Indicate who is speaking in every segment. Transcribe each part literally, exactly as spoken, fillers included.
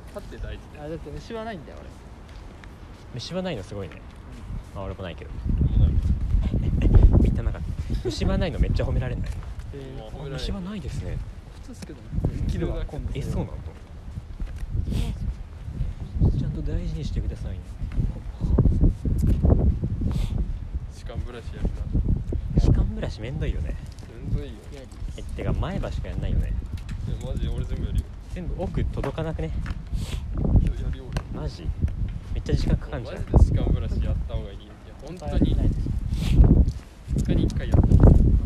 Speaker 1: って大事
Speaker 2: あ、だって虫はないんだよ俺。
Speaker 3: 虫歯ないのすごいね、うん、あ俺もないけどみんななんか虫歯ないのめっちゃ褒められない、
Speaker 1: えー、褒められ
Speaker 3: 虫歯ないですね
Speaker 2: 普通ですけどね。生きるわ今度。
Speaker 3: え、そうなのちゃんと大事にしてくださいね。
Speaker 1: 歯間ブラシやるな。
Speaker 3: 歯間ブラシめんどいよね。
Speaker 1: めんどいよ。
Speaker 3: え、てか前歯しかやんないよね。
Speaker 1: え、マジ俺全部やるよ。
Speaker 3: 全部奥届かなくね。
Speaker 1: やるよ俺。
Speaker 3: マジめっちゃ時間かかんじゃん。
Speaker 1: マジで歯間ブラシやった方がいい。いや本当にふつかにいっかいやってる。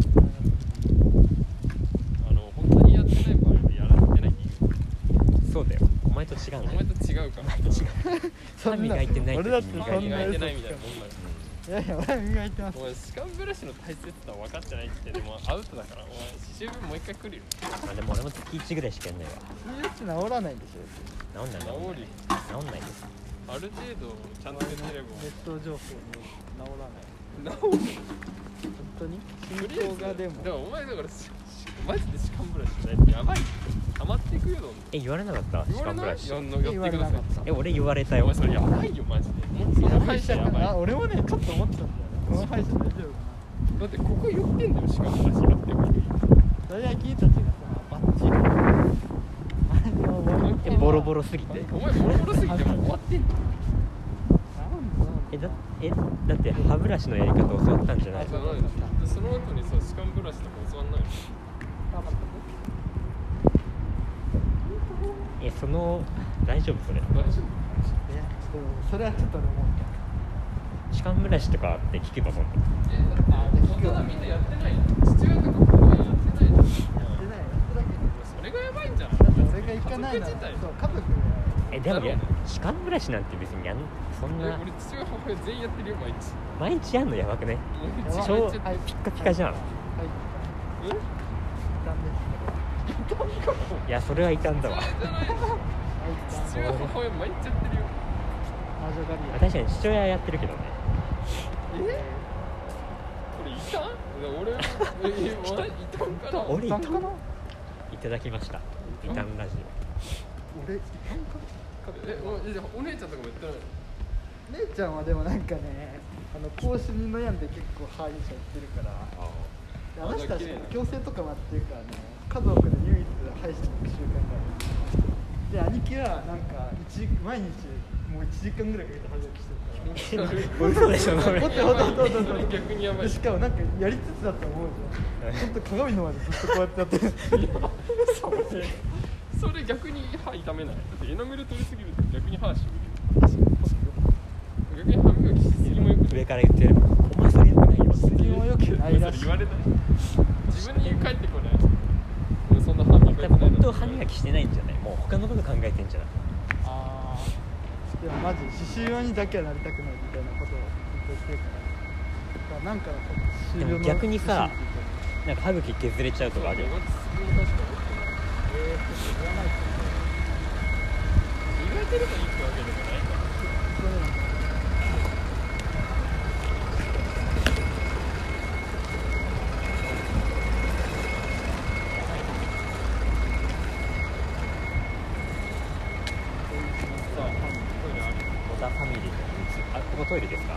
Speaker 1: あの本当にやってない場合はやられてないっていう。
Speaker 3: そうだよ、お前と違うんだよ。
Speaker 1: お前と違うから。
Speaker 3: お前と違う歯磨いてない時に
Speaker 1: 歯磨いてないみたいなもんだよ。
Speaker 2: いやいや俺は磨いてます。
Speaker 1: お前歯間ブラシの大切さ分かってないってでもアウトだからお前歯周病もう一回来るよ。
Speaker 3: まあでも俺も月いちぐらいしかやんないわ。
Speaker 2: 歯周病治らないんでしょ。
Speaker 3: 治んない治んない
Speaker 1: 治るよ。
Speaker 3: 治んないです。
Speaker 1: ある程度ちゃんとやってれば
Speaker 2: ネット情報に治らない。
Speaker 1: 治る。
Speaker 2: 本当に進行がでも。
Speaker 1: だからお前だからマジで歯間ブラシしないとやばい。溜まっていくよどんどん。
Speaker 3: え、言われなかった歯間ブラシ。
Speaker 1: やんのやってください。
Speaker 3: え、俺言われたよ。
Speaker 1: お前それやばいよマジで。もうその歯医者やばい。
Speaker 2: あ、俺もねちょっと思ったんだよね。この歯医者大丈夫かな。
Speaker 1: だってここ言ってんだよ歯間ブラシがってこ
Speaker 2: 大体君たちがさバッチリあれもう
Speaker 3: え、ボロボロすぎて。
Speaker 1: お前ボロボロすぎてもう終わってんの。
Speaker 3: え、だえだって歯ブラシのやり方教わったんじゃないの。
Speaker 1: その後にさ歯間ブラシとか教わんないの。
Speaker 3: え、その大丈夫それ。
Speaker 1: 大丈夫。
Speaker 2: いやでもそれはちょっと俺思った。
Speaker 3: 歯間ブラシとかって聞けばそんな。
Speaker 1: え、だって大人みんなやってないの。父親とか母親やってないの。
Speaker 2: やってないやってだけど。
Speaker 1: それがやばいんじゃない。
Speaker 2: だって俺が行かないならそう家族が
Speaker 3: え、でもいや歯間ブラシなんて別にやんそんな
Speaker 1: 俺父親母親全員やってるよ毎日。
Speaker 3: 毎日やんのやばくね。
Speaker 1: 毎日
Speaker 3: 超
Speaker 1: やっちゃってる。
Speaker 3: ピッカピカじゃん。
Speaker 2: はい
Speaker 1: え？
Speaker 2: ダメですけど。
Speaker 3: いやそれは傷んだわ。
Speaker 1: 父親母親毎日やってるよ。
Speaker 2: 魔女狩りや。
Speaker 3: 確かに父親やってるけどね。
Speaker 1: え？これいた？俺えお前いたんかな？
Speaker 3: 俺いた
Speaker 2: いたんかな。
Speaker 3: いただきました。いたんラジ
Speaker 2: 俺いたんか
Speaker 1: え、おじゃあお姉ちゃんとかもやってないの？
Speaker 2: 姉ちゃんはでもなんかねあの口臭に悩んで結構歯医者行ってるから。
Speaker 3: オ。
Speaker 2: あの人たち矯正とかもやってるからね家族で唯一歯医者に行く習慣がある。で兄貴はなんか一毎日もういちじかんぐらいかけて歯磨きしてるから。
Speaker 3: 嘘でしょそれ。
Speaker 2: ほんとほんとほんとほんとほんと
Speaker 1: 逆にやばい。
Speaker 2: しかもなんかやりつつだと思うじゃん。ほんと鏡の前でずっとこうやってやってる。
Speaker 1: それそれ逆に歯痛めない。だってエナメル取りすぎると逆に歯しびる。逆に歯磨きしすぎもよくない。
Speaker 3: 上から言ってる。お前それよくないよ。
Speaker 2: 次もよくないらしい。
Speaker 1: 言われない。自分に言う帰ってこない。俺そんな歯磨いてないの。
Speaker 3: 本当歯磨きしてないんじゃない。もう他のこと考えてんじゃない。
Speaker 2: ああ。でもマジ歯周病にだけはなりたくないみたいなことをずっと言ってるから。だからなんか歯周病の
Speaker 3: でも逆にさなんか歯茎削れちゃうとかあるよ。
Speaker 1: えー、
Speaker 2: 言わないと
Speaker 1: 磨いてるといいってわけでもないから。
Speaker 3: モザファミリーのあ、ここトイレですか。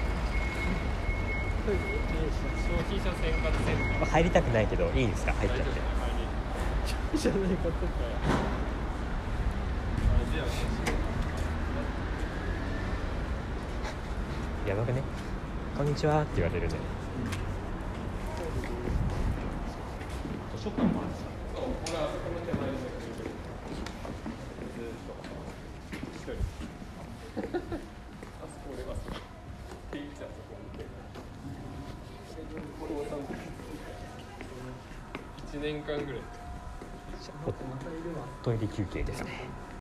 Speaker 1: 消費者生活センター。
Speaker 3: まあ入りたくないけどいいんですか。入っちゃって。
Speaker 2: じゃないかとか。
Speaker 3: やばくね。こんにちはって言われるね。図書館もあるんですか。
Speaker 1: そう、俺はあそこの手前でずっと一人あそこ俺はそこ定位置あそこにいちねんかんぐらい
Speaker 3: トイレ休憩ですね。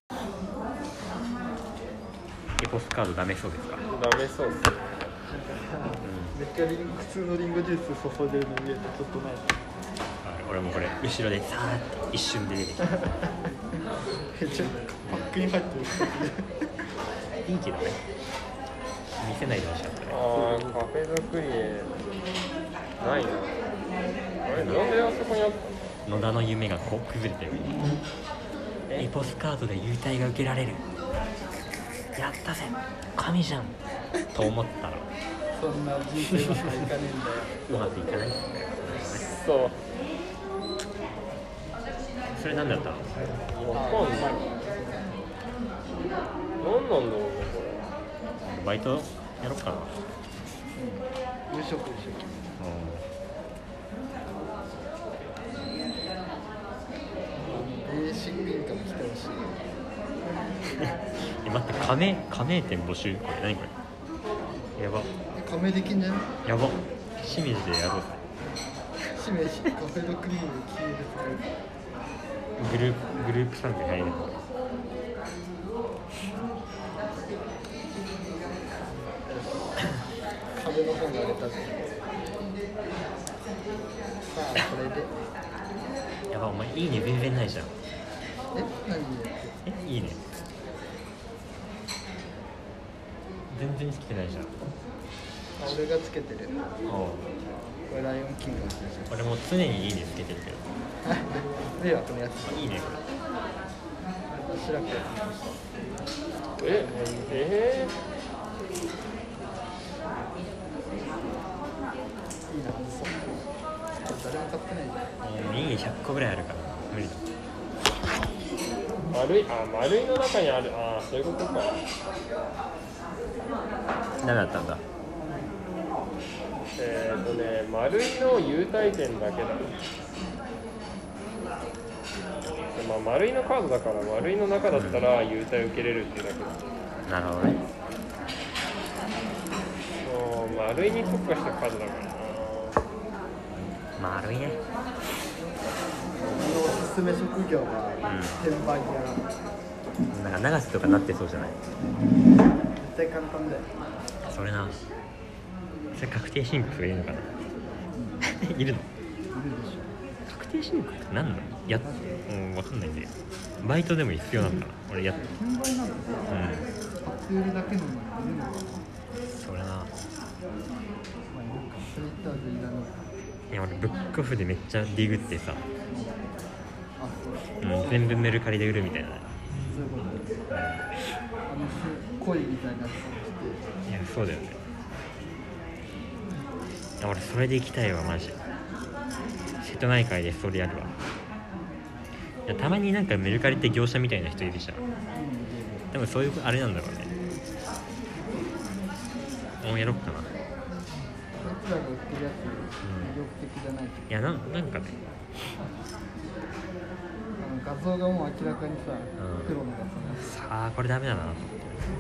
Speaker 3: エポスカードダメそうですか。
Speaker 1: ダメそうっすね。
Speaker 2: めっちゃリン普通のリンゴジュース注いでるの見えてちょっと前だ。
Speaker 3: 俺もこれ後ろでさーって一瞬で出てきた。
Speaker 2: めっちゃパックに入ってる。
Speaker 3: いいけどね。見せないでほしかったね。
Speaker 1: ああ、カフェ作りないな。あれ、なんであそこにあったの？
Speaker 3: 野田の夢がこう崩れてる。 エポスカードで優待が受けられる、やったぜ神じゃんと思ったら
Speaker 2: そんな人生うまくいかねえんだよ。
Speaker 3: うまくいかない。
Speaker 1: そう
Speaker 3: それ何だったの？
Speaker 1: わかんない何なんだろうねこ
Speaker 3: バイトやろっかな。
Speaker 2: 無職でしょ。ベーシックインカム来てほしい。
Speaker 3: え、待って、加盟加盟店募集、これ何これ、やば
Speaker 2: え、加盟できんじゃね？
Speaker 3: やば、清水でやろうぜ。
Speaker 2: しめしカフェドクリームで消える
Speaker 3: グループグループ参加に入れる。
Speaker 2: 壁の本が出たぜ。さあこれで
Speaker 3: やば、お前いいね全然ないじゃん。
Speaker 2: え何
Speaker 3: え、いいね全然来てないじゃん。
Speaker 2: あ俺がつけてる。
Speaker 3: おう、
Speaker 2: これライオンキングのやつ。
Speaker 3: 俺も常にいいねつけてるけど。
Speaker 2: 迷惑のやつ。
Speaker 3: いいねこ
Speaker 2: 白くや
Speaker 1: れええ
Speaker 2: いいな、そう誰も買ってないじゃん。
Speaker 3: れ。いいねひゃっこぐらいあるから無理だ。
Speaker 1: 丸いあ丸いの中にあるあそういうことか。
Speaker 3: 何だったんだ。
Speaker 1: えーとね丸いの優待券だけだ。まあ、丸いのカードだから丸いの中だったら優待受けれるっていうだけだ。
Speaker 3: なるほどね。
Speaker 1: そう丸いに特化したカードだからな。
Speaker 3: 丸いね。
Speaker 2: 僕のおすすめ職業は転売屋。
Speaker 3: なんか長瀬とかなってそうじゃない。
Speaker 2: 絶対簡単だよ。
Speaker 3: それな。それ確定申告がいるのかな。いるの？
Speaker 2: いるでし
Speaker 3: 確定申告って何なの？やっ、うん、わかんないんだけど。バイトでも必要なのかな。俺やっ、
Speaker 2: ょ。転売なんてさ、
Speaker 3: うん、
Speaker 2: 買って売るだけのものいるのかな。
Speaker 3: それな。
Speaker 2: まあいるか。それ言ったら全然いらない。
Speaker 3: いや俺ブックオフでめっちゃディグってさ、
Speaker 2: あ、そう。
Speaker 3: うん、全部メルカリで売るみたいな。
Speaker 2: そういうこと。あの恋みたいなやつをして。
Speaker 3: いやそうだよね。いや俺それで行きたいわマジ。瀬戸内海でそれやるわ。いやたまになんかメルカリって業者みたいな人いるじゃん。多分そういうあれなんだろうね。もうやろっかな。
Speaker 2: こいつらが売ってるやつ魅力的じゃないけど、
Speaker 3: いやな、なんかね、
Speaker 2: あの画像がもう明らかにさ、
Speaker 3: ん
Speaker 2: プロの画像
Speaker 3: さあこれダメだなと思って。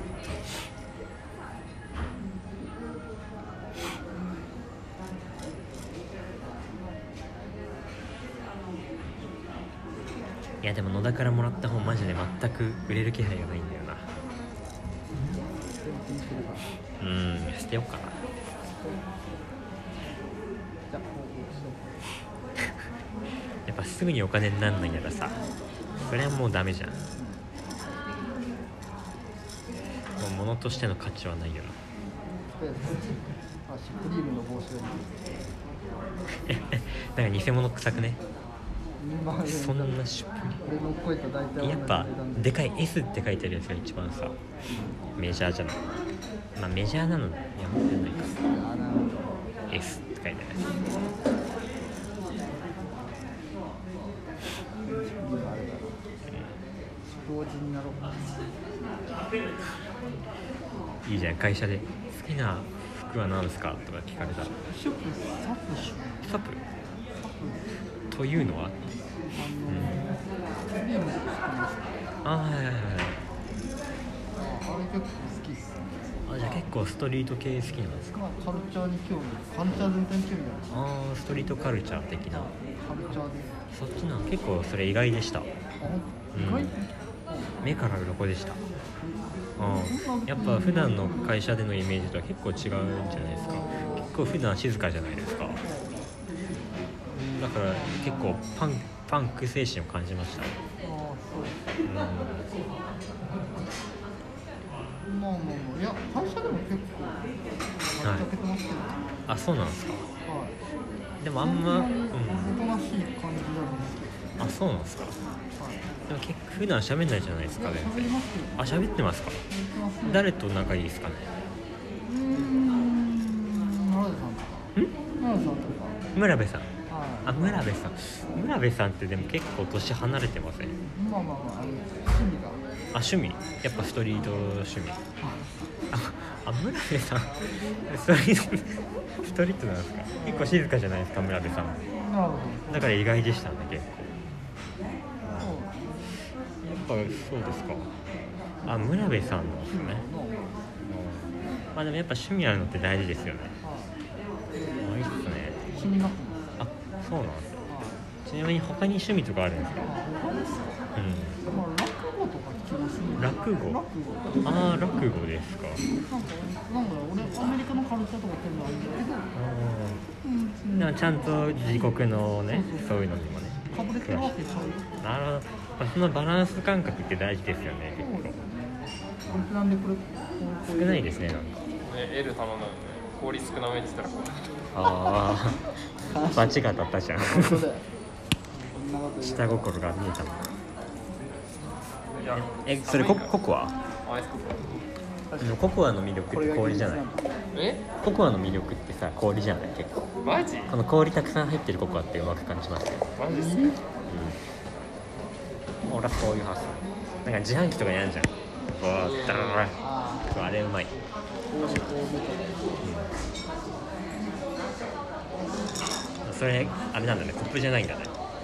Speaker 3: いやでも野田からもらった本マジで全く売れる気配がないんだよな。
Speaker 2: 全然してるから
Speaker 3: うん、捨てようかな。
Speaker 2: じゃあ報告しよ
Speaker 3: やっぱすぐにお金になんないならさ、それはもうダメじゃん。もう物としての価値はないよな。
Speaker 2: うあ、シュプリームの帽子が
Speaker 3: なんか偽物臭くね。
Speaker 2: にまんえんだ。
Speaker 3: そんなシュプ
Speaker 2: 俺の声と大体同じ
Speaker 3: やっぱ
Speaker 2: 値段
Speaker 3: でかい エス って書いてあるやつが一番さメジャーじゃない。まあメジャーなのいや持ってないか。
Speaker 2: あ、なるほど。
Speaker 3: エス って書いてある。
Speaker 2: 今あれだな、同時になろうか。
Speaker 3: いいじゃん、会社で好きな服は何ですかとか聞かれたら
Speaker 2: ショップサプシュ
Speaker 3: サプというのは、
Speaker 2: あの、クリーム知ってますか？
Speaker 3: あはいはいはい。
Speaker 2: あ、あれ結構好きっすね。
Speaker 3: あ、じゃあ結構ストリート系好きなんですか。
Speaker 2: まあカルチャーに興味、カルチャー全体に興味ある。
Speaker 3: ああ、ストリートカルチャー的な。
Speaker 2: カルチャーで。
Speaker 3: そっちな、結構それ意外でした。
Speaker 2: あ、
Speaker 3: うん
Speaker 2: 意外？
Speaker 3: 目から鱗でした。うん、やっぱ普段の会社でのイメージとは結構違うんじゃないですか。結構普段静かじゃないですか。だから結構パンパンク精神を感じました。
Speaker 2: ああ、そう。
Speaker 3: うん、
Speaker 2: まあまあまあ、いや、会社でも結構ぶっちゃけてますけど、はい、
Speaker 3: あ、そうなんですか。
Speaker 2: はい。
Speaker 3: でもあんま、うん、
Speaker 2: おとなしい感じなんですけど、
Speaker 3: あ、そうなんですか。
Speaker 2: はい。
Speaker 3: でも結構普段喋んないじゃないですかね。
Speaker 2: 喋りますよ。
Speaker 3: あ、喋ってますか。誰と仲いいですかね。
Speaker 2: うーん、村部さんとか。
Speaker 3: ん
Speaker 2: 村部さんとか。
Speaker 3: 村部さん。
Speaker 2: はい。
Speaker 3: あ、村部さん。村部さんってでも結構年離れてません。
Speaker 2: まあまあまあ、あの趣味が。
Speaker 3: あ、趣味やっぱストリート趣味。あ、あ村部さんストリートストリートなんですか。結構静かじゃないですか村部さん。
Speaker 2: なるほど。
Speaker 3: だから意外でしたね結構。
Speaker 2: そう
Speaker 3: やっぱそうですか。あ、村部さんなんですね。まあでもやっぱ趣味あるのって大事ですよね。あ、いいっすね。
Speaker 2: 趣味学部。
Speaker 3: あ、そうなんですよ。ちなみに他に趣味とかあるんですか。
Speaker 2: 他ですか。
Speaker 3: うん。
Speaker 2: まあ落語とか聞きますね。
Speaker 3: 落語。
Speaker 2: 落語。
Speaker 3: ああ、落語ですか。
Speaker 2: なんか、なんか俺アメリカのカルチャーとかっていうのはあるんだけど、
Speaker 3: あ
Speaker 2: うん、
Speaker 3: あ。でもちゃんと自国のね、そういうのにもね。
Speaker 2: かぶれてるわけちゃう。
Speaker 3: なるほど。まあ、そのバランス感覚って大事ですよね。結構。
Speaker 2: これなんでこれ
Speaker 3: 少ないですねなんか。
Speaker 1: ね L 頼んだので氷少なめって言ったらこう
Speaker 3: ああ。バチが当たったじゃん。
Speaker 2: 本当だよ。そんなこと言う
Speaker 3: 下心が見えたの。
Speaker 1: いや
Speaker 3: え、それコココア？
Speaker 1: アイスココ
Speaker 3: でもココアの魅力って氷じゃない。
Speaker 1: え
Speaker 3: ココアの魅力ってさ、氷じゃない結構。
Speaker 1: マジ
Speaker 3: この氷たくさん入ってるココアってうまく感じますよ。
Speaker 1: マジっすか
Speaker 3: うん。俺はこういう発想。なんか自販機とかにあるじゃん。わーったら
Speaker 2: あ
Speaker 3: そう、あれうまい。
Speaker 2: あ、こうこう見て
Speaker 3: うん。それあれなんだね。コップじゃないんだね。
Speaker 1: ね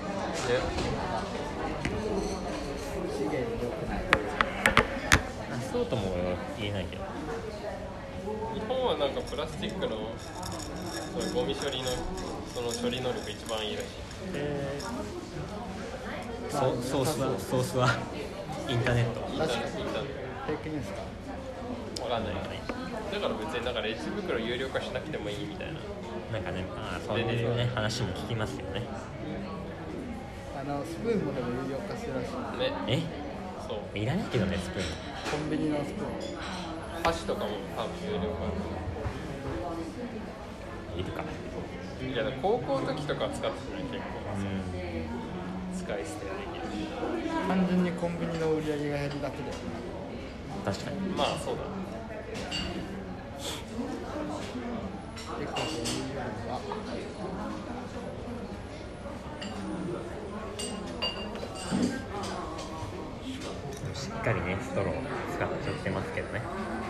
Speaker 2: 資源良くない。
Speaker 3: あ、そうとも言えないけど。
Speaker 1: 日本はなんかプラスチックのそのゴミ処理のその処理能力一番いいらしい
Speaker 3: えー、ソソースはソースはインターネット。
Speaker 1: インターネットインターネ
Speaker 2: フェイクニュースか。
Speaker 1: ットわかんないだから別になんかレジ袋有料化しなくてもいいみたいな
Speaker 3: なんかね、あーそういうね話も聞きますよね。
Speaker 2: あのスプーンもでも有料化してるらしい。
Speaker 1: ね
Speaker 3: え、
Speaker 1: そう
Speaker 3: いらないけどねスプーン。
Speaker 2: コンビニのスプーン。
Speaker 1: 箸とかも多分有料化
Speaker 3: いるか。
Speaker 1: いや高校の時とかは使ってたね結構
Speaker 3: うん。
Speaker 1: 使い捨てできる
Speaker 2: 単純にコンビニの売り上げが減るだけで。
Speaker 3: 確かに。
Speaker 1: まあそうだ
Speaker 2: エコというよりは。
Speaker 3: しっかりねストロー使っちゃってますけどね。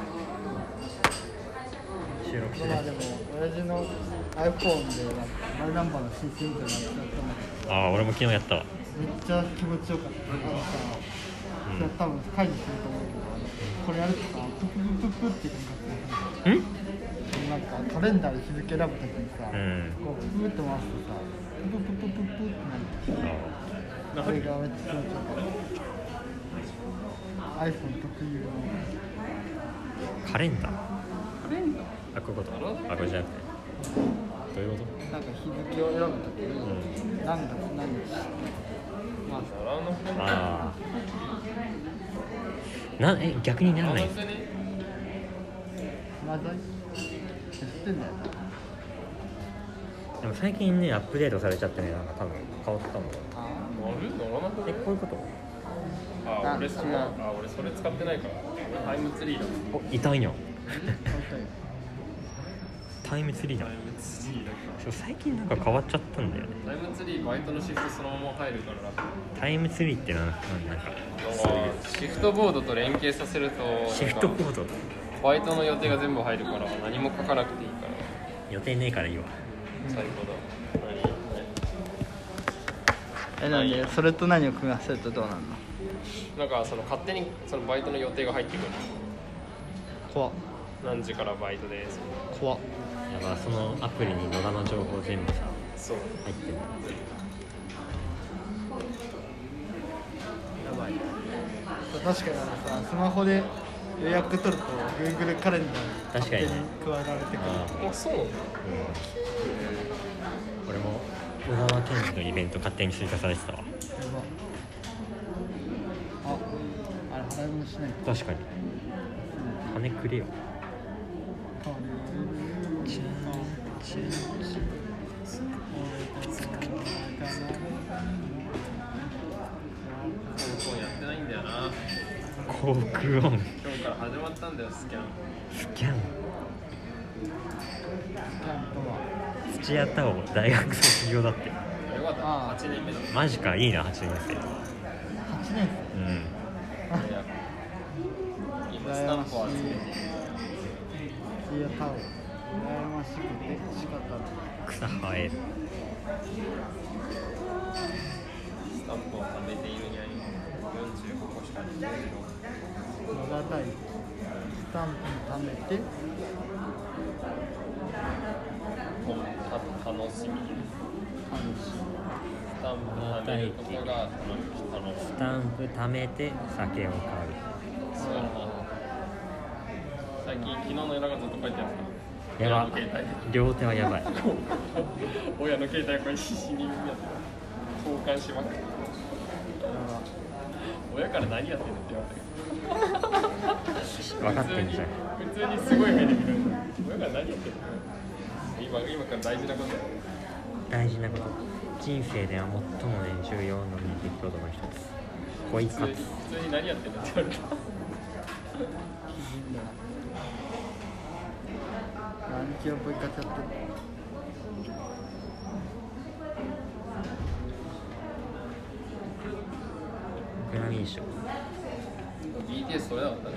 Speaker 3: 収録してる。
Speaker 2: まあでも親父の iPhone でなんかマイナンバーの申請みたいなのやってやったんだけど、
Speaker 3: ああ、俺も昨日やったわ。
Speaker 2: めっちゃ気持ちよかった。あのさ、
Speaker 3: うん
Speaker 2: それ多分解除すると思うけど、あのこれやるとさ、プププププって感覚
Speaker 3: ん？
Speaker 2: なんかカレンダーで日付選ぶときにさ、
Speaker 3: うん
Speaker 2: こうプーって回すとさ、ププププププってなる。
Speaker 3: あ
Speaker 2: それがめっちゃ気持ちよかった。iPhone 特有の。
Speaker 3: ーカレンダー。
Speaker 1: カレンダー
Speaker 3: あ、こういうこと。あ、これじゃなくて。どういうこ
Speaker 2: なんか日付を選ぶときに、
Speaker 3: ん
Speaker 2: 何月何日。まあ、
Speaker 1: 習わなくて
Speaker 3: と？
Speaker 1: も
Speaker 3: ああ。なえ逆にならないんですか。
Speaker 1: ね
Speaker 2: まだい知ってんだよ。
Speaker 3: でも最近ねアップデートされちゃってね、なんか多分変わったんだよ。
Speaker 2: あ
Speaker 1: 乗る乗らなくて
Speaker 3: え、こういうこと？
Speaker 1: あ俺そ
Speaker 2: 違う
Speaker 1: あ俺それ使ってないから俺タイムツリーだ
Speaker 3: お、いたんや。
Speaker 2: あ、本当に。
Speaker 3: タイムツリーだ
Speaker 1: タイ。ムツリーだか
Speaker 3: そう最近なんか変わっちゃったんだよね。
Speaker 1: らタイムツリーバイトのシフトそのまま入るから
Speaker 3: タイムツリーってなんなんなんかそういう
Speaker 1: シフトボードと連携させると
Speaker 3: シフトコード
Speaker 1: バイトの予定が全部入るから何も書かなくていいから
Speaker 3: 予定ねえからいいわ。
Speaker 1: 最高だ
Speaker 2: え、なんで、それと何を組み合わせるとどうなるの？
Speaker 1: 何なんかその勝手にそのバイトの予定が入ってくる
Speaker 2: 怖っ。
Speaker 1: 何時からバイトです
Speaker 2: 怖っ。
Speaker 3: やば、そのアプリに野田の情報全部さ
Speaker 1: そう
Speaker 3: 入ってる。
Speaker 2: やばい。確かにあのさ、スマホで予約取ると Google カレンダーに勝手に加えられてくる。
Speaker 3: あ
Speaker 1: あそうなんだ
Speaker 3: うん、俺も小川健二のイベント勝手に追加されてたわ。
Speaker 2: やば。あ、あれ払い戻しないと。
Speaker 3: 確かに金くれよ。
Speaker 2: 変わる。
Speaker 3: じゃんじゃんじゃん。
Speaker 1: コンやってないんだよな。
Speaker 3: 航空音
Speaker 1: 今日から始まったんだよ、スキャン。
Speaker 3: スキャン
Speaker 2: キャンプは
Speaker 3: 土屋太鳳大学卒業だって。
Speaker 1: よかった、
Speaker 2: ああ
Speaker 1: はちねんめだ。
Speaker 3: マジか、いいなはちねん生。
Speaker 2: はちねん
Speaker 3: うん
Speaker 1: いや今スタンプを集めて
Speaker 2: 生いやタオ羨ましくて仕方ない
Speaker 3: 草生える。
Speaker 1: スタンプを貯めているにゃいよんじゅうごこしかにじゅうろく。
Speaker 2: 野田大輝スタンプに貯めて
Speaker 1: た楽しみ。
Speaker 2: 楽し
Speaker 1: スタンプ貯めることが楽しみ。
Speaker 3: スタンプ貯めて酒を買う。
Speaker 1: そうやな。最近昨日の夜中ずっと書いてあった。
Speaker 3: やば
Speaker 1: 親の携帯で
Speaker 3: 両手はやばい。
Speaker 1: 親の携帯これ必死にやって交換しまくって親から何やってんのって言われたけど
Speaker 3: 分かってんじゃん。
Speaker 1: 普通にすごい目で見るんだ。親から何やってんの今今から大事なことや。
Speaker 3: 大事なこと。人生では最もね重要な出来事の一つ。恋活。
Speaker 1: 普通に普通に何やってんのって言われた。
Speaker 2: 兄貴はポイ活やってる
Speaker 3: グラミー賞。
Speaker 1: ビーティーエス それだったね。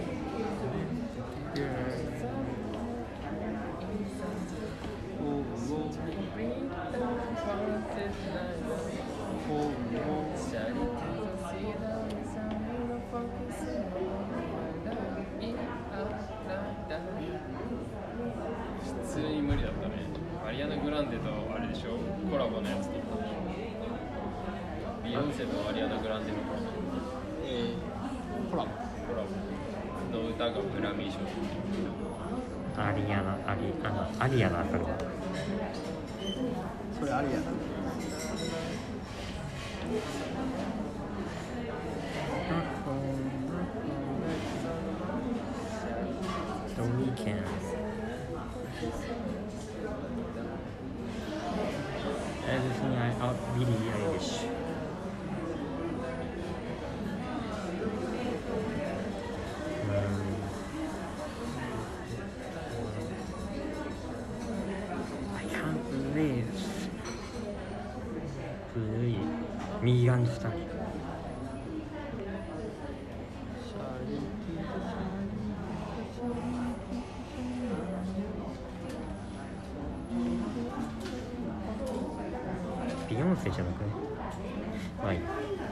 Speaker 1: 普通に無理だったね。アリアナ・グランデとあれでしょ、コラボのやつとビヨンセとアリアナ・グランデのコラボ、
Speaker 2: えー、コラボ
Speaker 1: コラボの歌がグラミー賞。
Speaker 3: アリアナアリアナアリアナ当たるわ。
Speaker 2: それありやな
Speaker 3: The Weeknd。Everything I out Billie Eilish。I can't believe。古い。右側にした。ビヨンセじゃなくね。まあいい。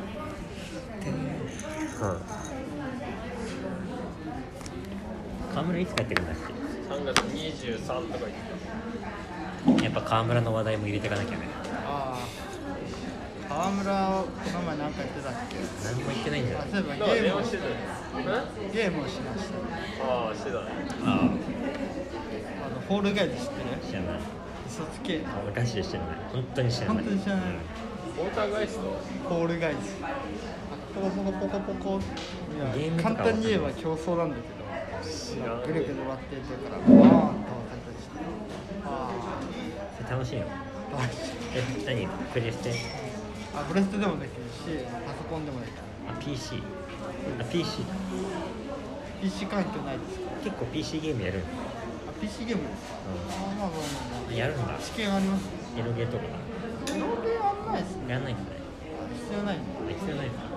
Speaker 3: 川村いつ帰ってくるんだっ
Speaker 1: さんがつにじゅうさんとか言って
Speaker 3: け。やっぱ川村の話題も入れていかなきゃね。
Speaker 2: ああ川村この前何か言ってたっけ
Speaker 3: 何も言ってないんじゃない。
Speaker 2: あそういえば
Speaker 1: た。なんか
Speaker 2: ゲームを
Speaker 1: 電話してたよ。
Speaker 2: ゲームをしました
Speaker 1: ああ、してたね。
Speaker 3: あ
Speaker 2: あのホールガイズ知ってる
Speaker 3: あ知らない。
Speaker 2: 嘘つけ
Speaker 3: ガチで知らない。本当に知らない。
Speaker 2: 本当に知らない
Speaker 1: ウォーターガイスト。
Speaker 2: ホールガイズポコポコポコポコいや
Speaker 3: ゲームとか
Speaker 2: 簡単に言えば競争なんだけど
Speaker 1: 知らん
Speaker 2: ぐるぐる割ってってからバーンと分かったりしてあ
Speaker 3: それ楽しいの。
Speaker 2: あ楽しい
Speaker 3: え、何プレステ。
Speaker 2: あプレステでもできるしパソコンでもできる
Speaker 3: あ、ピーシー。あ、ピーシー。
Speaker 2: ピーシー 環境ないですか
Speaker 3: 結構 ピーシー ゲームやるんだ。
Speaker 2: あ ピーシー ゲームですかあまあまあまあまあ
Speaker 3: やるんだ。
Speaker 2: 知見あります
Speaker 3: エロゲーとか。
Speaker 2: エロゲーあんないですね
Speaker 3: やんないんだね。
Speaker 2: 必要ないんだ
Speaker 3: あ、必要ないんだ。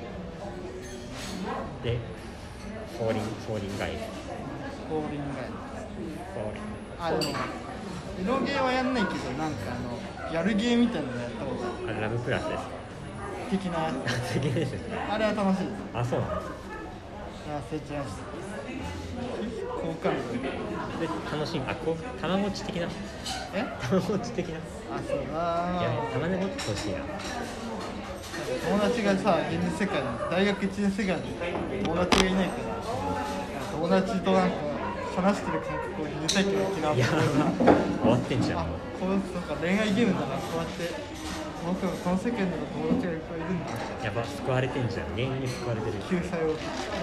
Speaker 3: で、フォーリン、フォーリンガイズ。
Speaker 2: コーリングガイ
Speaker 3: フォーリン。
Speaker 2: あでもエロゲーはやんないけどなんかあのやるゲーみたいなのやったことある
Speaker 3: あれラブプラスです。
Speaker 2: 的なやつ
Speaker 3: 次ですね。
Speaker 2: あれは楽しいです
Speaker 3: あ、そうなの。
Speaker 2: 忘れちゃいました好感度
Speaker 3: で、楽しい。あ、こう、たまごっち的な。
Speaker 2: え
Speaker 3: たまごっち的な。い
Speaker 2: あそうだ
Speaker 3: や、たまごっち欲しいな。
Speaker 2: 友達がさ現実世界に大学いちねん生ぐらいに友達がいないから友達となんか話してる感覚を二世紀の嫌
Speaker 3: いや、
Speaker 2: いな
Speaker 3: 終わってんじゃん。
Speaker 2: あこういうそうか恋愛ゲームだなこうやって僕もこの世間でも友達がいっぱいいるんだ
Speaker 3: やば、救われてんじゃん。芸人に救われてる。
Speaker 2: 救済を
Speaker 3: いいね。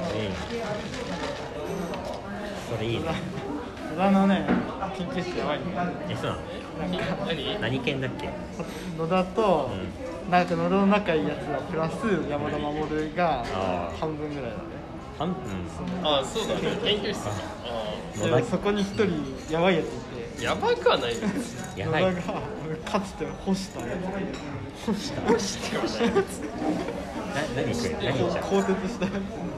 Speaker 3: それいいね。
Speaker 2: 野田のね研究室やばいね
Speaker 3: え、そうなの。
Speaker 2: なんか
Speaker 1: 何？
Speaker 3: 何犬だっけ。
Speaker 2: 野田と、
Speaker 3: うん。
Speaker 2: なんか喉の仲いいやつはプラス山田守が
Speaker 3: あー
Speaker 2: 半分ぐらいだね。
Speaker 3: 半分
Speaker 1: ああそうだね研究室かあ
Speaker 2: でもそこに一人やばいやつい
Speaker 1: あやばくはないよ
Speaker 2: て、
Speaker 3: やばい
Speaker 2: 野田がかつて干したや
Speaker 3: 干した
Speaker 1: どうしてはないやつ
Speaker 3: な何これ何じゃ
Speaker 2: つ、鋼鉄したや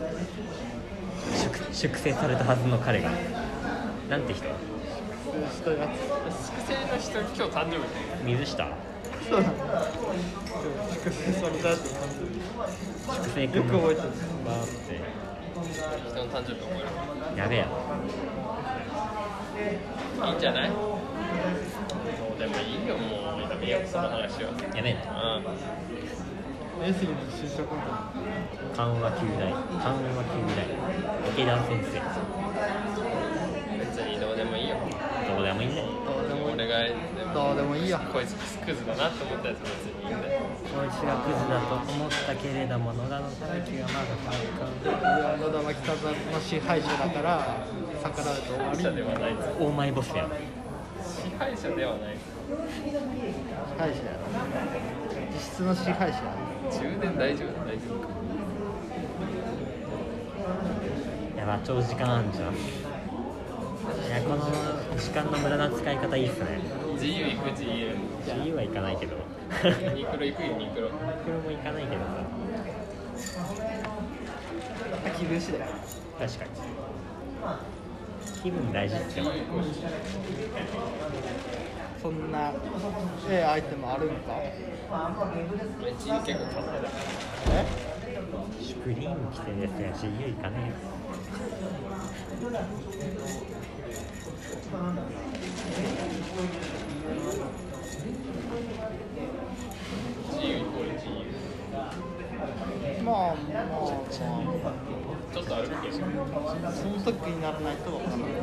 Speaker 3: 粛粛清されたはずの彼がなんて人
Speaker 2: つしたやつ。
Speaker 1: 粛清の人今日誕生日
Speaker 3: 水下
Speaker 2: そうなんだ。粛清されたやつの誕
Speaker 3: 粛清
Speaker 2: 生日。
Speaker 3: 君の
Speaker 2: よく覚えてる。
Speaker 3: バーって
Speaker 1: 人の誕生日覚え
Speaker 3: やべえや
Speaker 1: るいいんじゃないもうでもいいよもうやめようその話は
Speaker 3: やべえな
Speaker 1: あ
Speaker 2: エースに就職みたいな。
Speaker 3: 緩和球大緩和球大池田先生
Speaker 1: 別にどうでもいいよ
Speaker 3: どうでもいいんだよ
Speaker 2: どうでも
Speaker 1: 俺が
Speaker 2: どうでもいいや。
Speaker 1: こいつクズだなって思ったやつ別にいいんだよ
Speaker 3: こいつがクズだと思ったけれども野田のためきはまだ
Speaker 2: いや野田は北沢の支配者だから逆らうと終わり。
Speaker 1: 支配者ではないぞ
Speaker 3: 大前ボスやん
Speaker 1: 支配者ではないぞ
Speaker 2: 支配者やろ。実質の支配者や
Speaker 1: 充電大丈夫大丈夫か
Speaker 3: やば長時間あんじゃんいやこの時間の無駄な使い方いいっすね
Speaker 1: 自由行く自由
Speaker 3: 自由は行かないけど
Speaker 1: ニクロ行くよニクロ
Speaker 3: 車も行かないけど
Speaker 2: な。気分次第。
Speaker 3: さ確かに気分大事っすよ
Speaker 1: 自由行こう
Speaker 2: そんなええアイテムあるんか。
Speaker 1: うちに結構買ってた
Speaker 2: え？
Speaker 3: シュプリーム着てるやつが自由行かね
Speaker 1: 自由行こうよ自由
Speaker 2: まあまあまあ
Speaker 1: ちょっと歩くけど
Speaker 2: その時にならないとわからない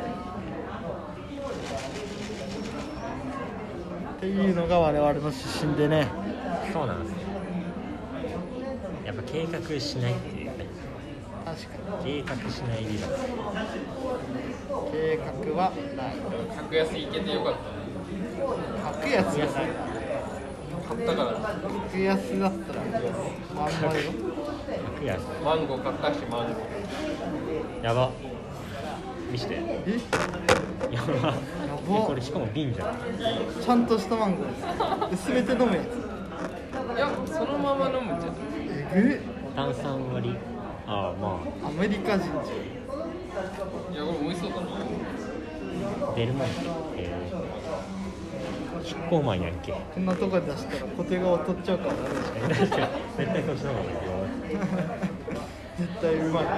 Speaker 2: っていうのが我々の指針でね。
Speaker 3: そうなんですよやっぱ計画しないっていうね
Speaker 2: 確か
Speaker 3: 計画しない理論
Speaker 2: に計画はない。
Speaker 1: 格安行けてよかった
Speaker 2: 格安じゃない。
Speaker 1: 買ったから
Speaker 2: 格安だったらまんまよ。
Speaker 3: 格安
Speaker 1: マンゴー買ったしマンゴー
Speaker 3: やば見して
Speaker 2: え？
Speaker 3: やば
Speaker 2: ば
Speaker 3: えこれしかも瓶じゃん
Speaker 2: ちゃんとしたマンゴーです。で全て飲むやつ。
Speaker 1: いやそのまま飲むんじゃん
Speaker 2: え
Speaker 3: 炭酸割りああま
Speaker 2: ぐ？アメリカ人じゃん。
Speaker 1: いやこれ美味しそうだな
Speaker 3: あデルモンテえー、キッコーマンやんけ
Speaker 2: こんなとこで出したら小手が劣っちゃうからダメじゃん。
Speaker 3: 確かに絶対そっちの方がいいよ
Speaker 2: 絶対うまい。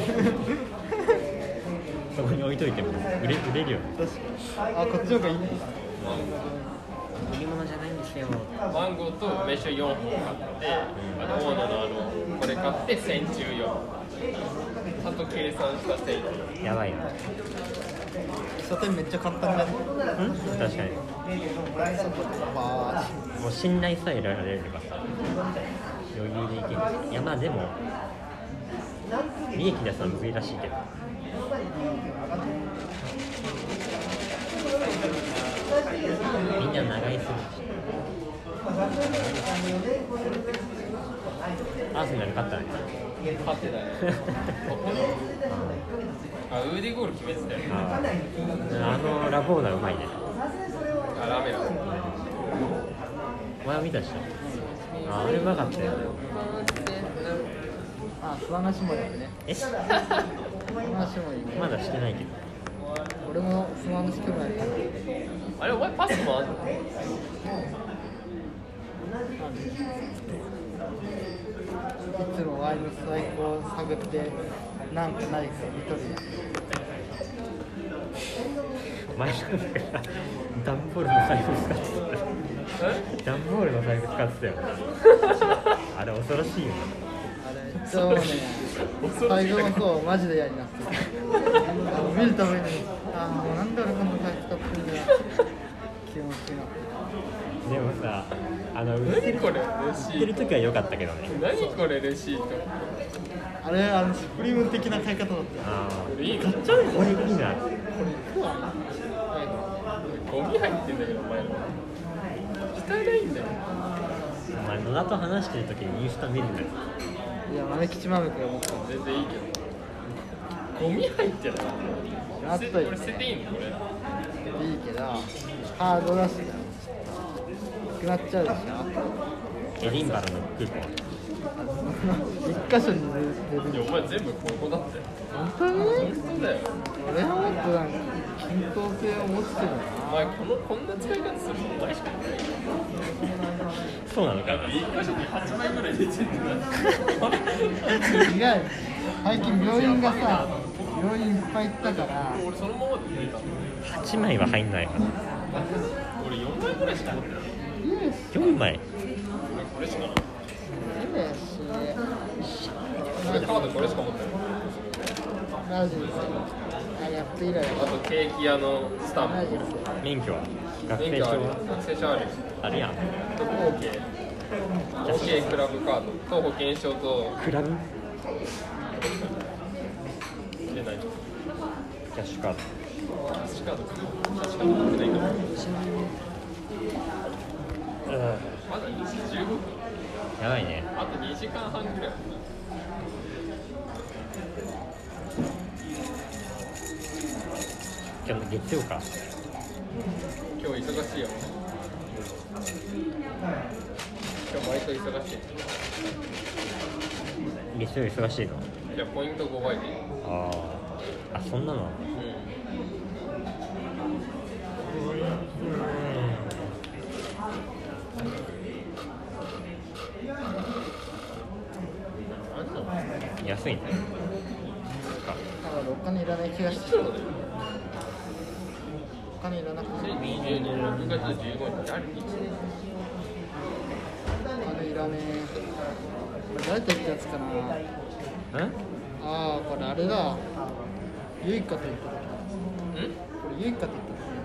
Speaker 3: そこに置いといても売れ売れるよね
Speaker 2: 確かに。あ、こっちの方がいいね。
Speaker 3: 売り物じゃないんですよ
Speaker 1: マンゴーと梅酒よんほん買って、あの大野のあのこれ買ってせんじゅうよんちゃんと計算したせんじゅう
Speaker 3: やばいな
Speaker 2: 書店めっちゃ簡単だね。
Speaker 3: うん確かに
Speaker 2: バー
Speaker 3: もう信頼さえ得られればさ余裕でいけるいやまあでも利益出すのはむずいらしいけどみんな長居するしアーセナル勝ったね
Speaker 1: 勝ってたよあ、ウーディゴール決めてたよ
Speaker 3: ああのラボーナうまいね
Speaker 1: あ、ラメラ
Speaker 3: お前見たでしょああれうまかったよ
Speaker 2: あ、素話もやるね。
Speaker 3: え
Speaker 2: 素話もいいね。
Speaker 3: まだしてないけど
Speaker 2: 俺も素話興味あるから。
Speaker 1: あれ、お前パスもあんの
Speaker 2: いつもワイの最高を探ってなんかないか見とるやん。
Speaker 3: お前なんかさ段ボールの財布使ってた段ボールの財布使ってたよあれ恐ろしいよ
Speaker 2: あれそうね、最後の方マジで嫌になってる。あの見るためにあもうなんで俺こんな財布使ってんだよ気持ちが。
Speaker 3: でもさあの売ってる
Speaker 1: 何これレ
Speaker 3: 売
Speaker 1: シ
Speaker 3: ってる
Speaker 1: ート
Speaker 3: 時は良かったけどね
Speaker 1: 何これレシート
Speaker 2: あれあのスプリーム的な買い方だったよ。
Speaker 3: ああ
Speaker 1: いい
Speaker 3: 買っちゃうこれいいな
Speaker 1: ゴミ入ってんだけどお前ら汚いんだよ
Speaker 3: お前野田と話してる時にインスタ見るんだよ。
Speaker 2: いや豆吉豆子が持ってたんで
Speaker 1: 全然いいけどゴミ入ってる
Speaker 2: あったよね
Speaker 1: これ捨てていいのこれ
Speaker 2: いいけどハードだしなくなっちゃうでしょ
Speaker 3: エディンバラのクーポン。
Speaker 2: 一箇所に出る
Speaker 1: いやお前全部ここだって
Speaker 2: 本当に
Speaker 1: 本当だよ
Speaker 2: 俺はもっとなんか均等性を持つけどな
Speaker 1: お前このこんな使い方する人お前しかいない
Speaker 3: そうなのか。
Speaker 1: いっ箇所にはちまいぐらい出てるんだ
Speaker 2: 違う最近病院がさ病院いっぱい行ったから
Speaker 1: 俺そのままで抜いたの
Speaker 3: はちまいは入んないかな。
Speaker 1: 俺よんまいぐらいしか持ってない
Speaker 2: よし
Speaker 3: よんまい。
Speaker 1: 俺これしかない
Speaker 2: よし
Speaker 1: 俺カードこれしか持ってない
Speaker 2: マジであやっと以来
Speaker 1: あとケーキ屋のスタンプ
Speaker 2: マジで
Speaker 3: 免許は学生
Speaker 1: 免許ある
Speaker 3: 証は
Speaker 1: 学生証ある
Speaker 3: あるやん。
Speaker 1: と OK OK クラブカードと保険証と
Speaker 3: クラブ
Speaker 1: でない
Speaker 3: キャッシュカード。
Speaker 1: キャッシュカードキャッシュカード持ってないんだもんまだにじじゅうごふん
Speaker 3: やばいね。
Speaker 1: あとにじかんはんぐらい
Speaker 3: 今日月曜か。
Speaker 1: 今日忙しいよ今日毎回忙しい
Speaker 3: 月曜忙しいの。
Speaker 1: じゃあポイントごばいでいい
Speaker 3: ああ。あ、そんなの。
Speaker 1: うん
Speaker 3: 安いね。
Speaker 2: だからお金いらない気がしてきたお金いらなくて
Speaker 1: にじゅうにねんろくがつじゅうごにちある日
Speaker 2: お金いらねえこれ誰と言ったやつかな
Speaker 3: うん？
Speaker 2: ああこれあれだゆいかと言った時
Speaker 1: ん
Speaker 2: これゆいかと言っ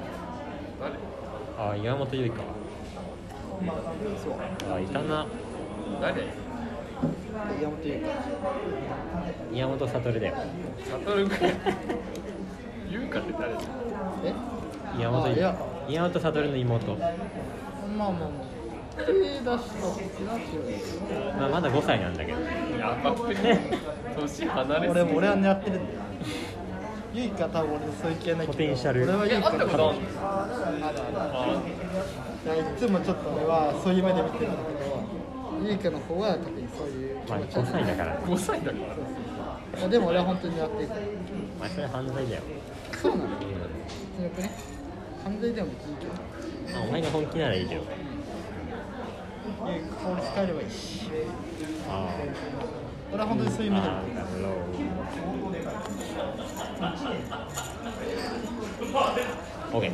Speaker 1: 誰
Speaker 3: あ、岩本ゆいか。
Speaker 2: た時そう
Speaker 3: あ、いたな。
Speaker 1: 誰
Speaker 2: 山本ゆいか
Speaker 3: 宮本悟だよ。
Speaker 1: サトル君優香って誰だ
Speaker 2: え
Speaker 3: 宮本ゆい
Speaker 2: あいや
Speaker 3: 宮本悟の妹。
Speaker 2: まあまあまあ手出した気がする
Speaker 3: まあ、まだごさいなんだけど。
Speaker 1: やばくね年離れすぎ
Speaker 2: 俺も俺は狙ってるんだよゆいか多分俺そういう系ないけど
Speaker 3: ポテンシャル
Speaker 1: え、
Speaker 2: 俺はゆいか
Speaker 1: 会ったことあるの
Speaker 2: あるある
Speaker 1: あ
Speaker 2: いやいつもちょっと俺はそういう目で見てるんだけどゆいかの方は特にそういう気
Speaker 3: まあ、
Speaker 2: 持ち
Speaker 3: ごさいだから。
Speaker 1: ごさいだから
Speaker 2: いやでも俺は本当に狙ってる
Speaker 3: まあ、それ犯罪だよ。
Speaker 2: そうなの強くね犯罪でもいいけど
Speaker 3: まあ、お前が本気ならいいけど。
Speaker 2: 法律変えればいいし
Speaker 3: あ
Speaker 2: 俺は本当にそういう目で見
Speaker 3: あ。
Speaker 2: てる
Speaker 3: なるほど。オッケー。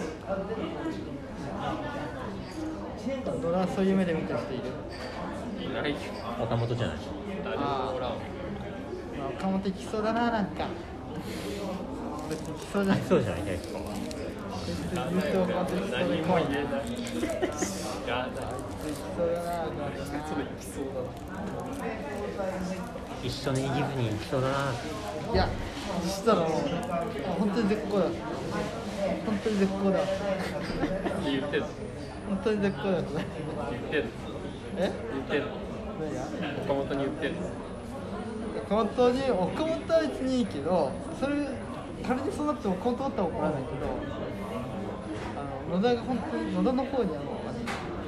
Speaker 2: 俺はそういう目で見てる人いる
Speaker 1: いないよ
Speaker 3: 岡本じゃない。
Speaker 1: 誰もおらん
Speaker 2: まあ岡本行きそうだななんか別に行きそうじゃない
Speaker 3: そうじゃない結構。
Speaker 2: 別に優勝岡本行きそうだな
Speaker 1: 何も言えないいやだ
Speaker 2: 行きそうだな岡本
Speaker 1: それ行きそうだ
Speaker 3: 一緒にイギブに行きそうだな。
Speaker 2: いやそしたらもう本当に絶好だ本当に絶好だ
Speaker 1: な言ってんの
Speaker 2: 本当に絶好だ
Speaker 1: 言ってんの
Speaker 2: え
Speaker 1: 言ってんの
Speaker 2: 何が
Speaker 1: 岡本に言ってんの
Speaker 2: 岡本に岡本は別にいいけどそれ仮にそうなっても岡本だったら怒らないけどあの野田が本当に野田の方にはもうマジ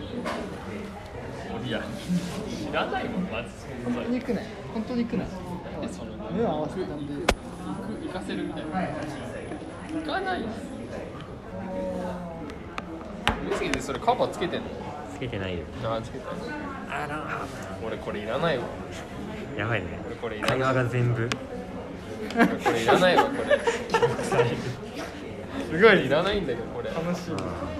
Speaker 2: で
Speaker 1: いや知らないもんまず
Speaker 2: 本当に行くない本当に行くない
Speaker 1: えその
Speaker 2: 目を合わせてたんで
Speaker 1: 行く行かせるみたいな行かないよ上杉でそれカバーつけてんの
Speaker 3: つけてないよ。
Speaker 1: あつけた
Speaker 3: あら。
Speaker 1: 俺これいらないわ
Speaker 3: やばいね。
Speaker 1: 俺これいらない
Speaker 3: 会話が全部。
Speaker 1: 俺これいらないわこれすごいいらないんだけどこれ
Speaker 2: 楽しい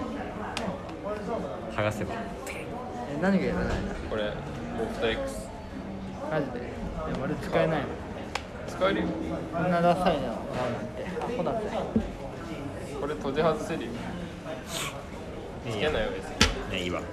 Speaker 3: 剥がせば。
Speaker 2: え何がいらないの
Speaker 1: これロフト X
Speaker 2: マジでいや俺使えないの
Speaker 1: 使えるよ
Speaker 2: こんなダサいのなんてアホだぜ
Speaker 1: これ閉じ外せるよつけないよ別に
Speaker 3: ね、いいわ。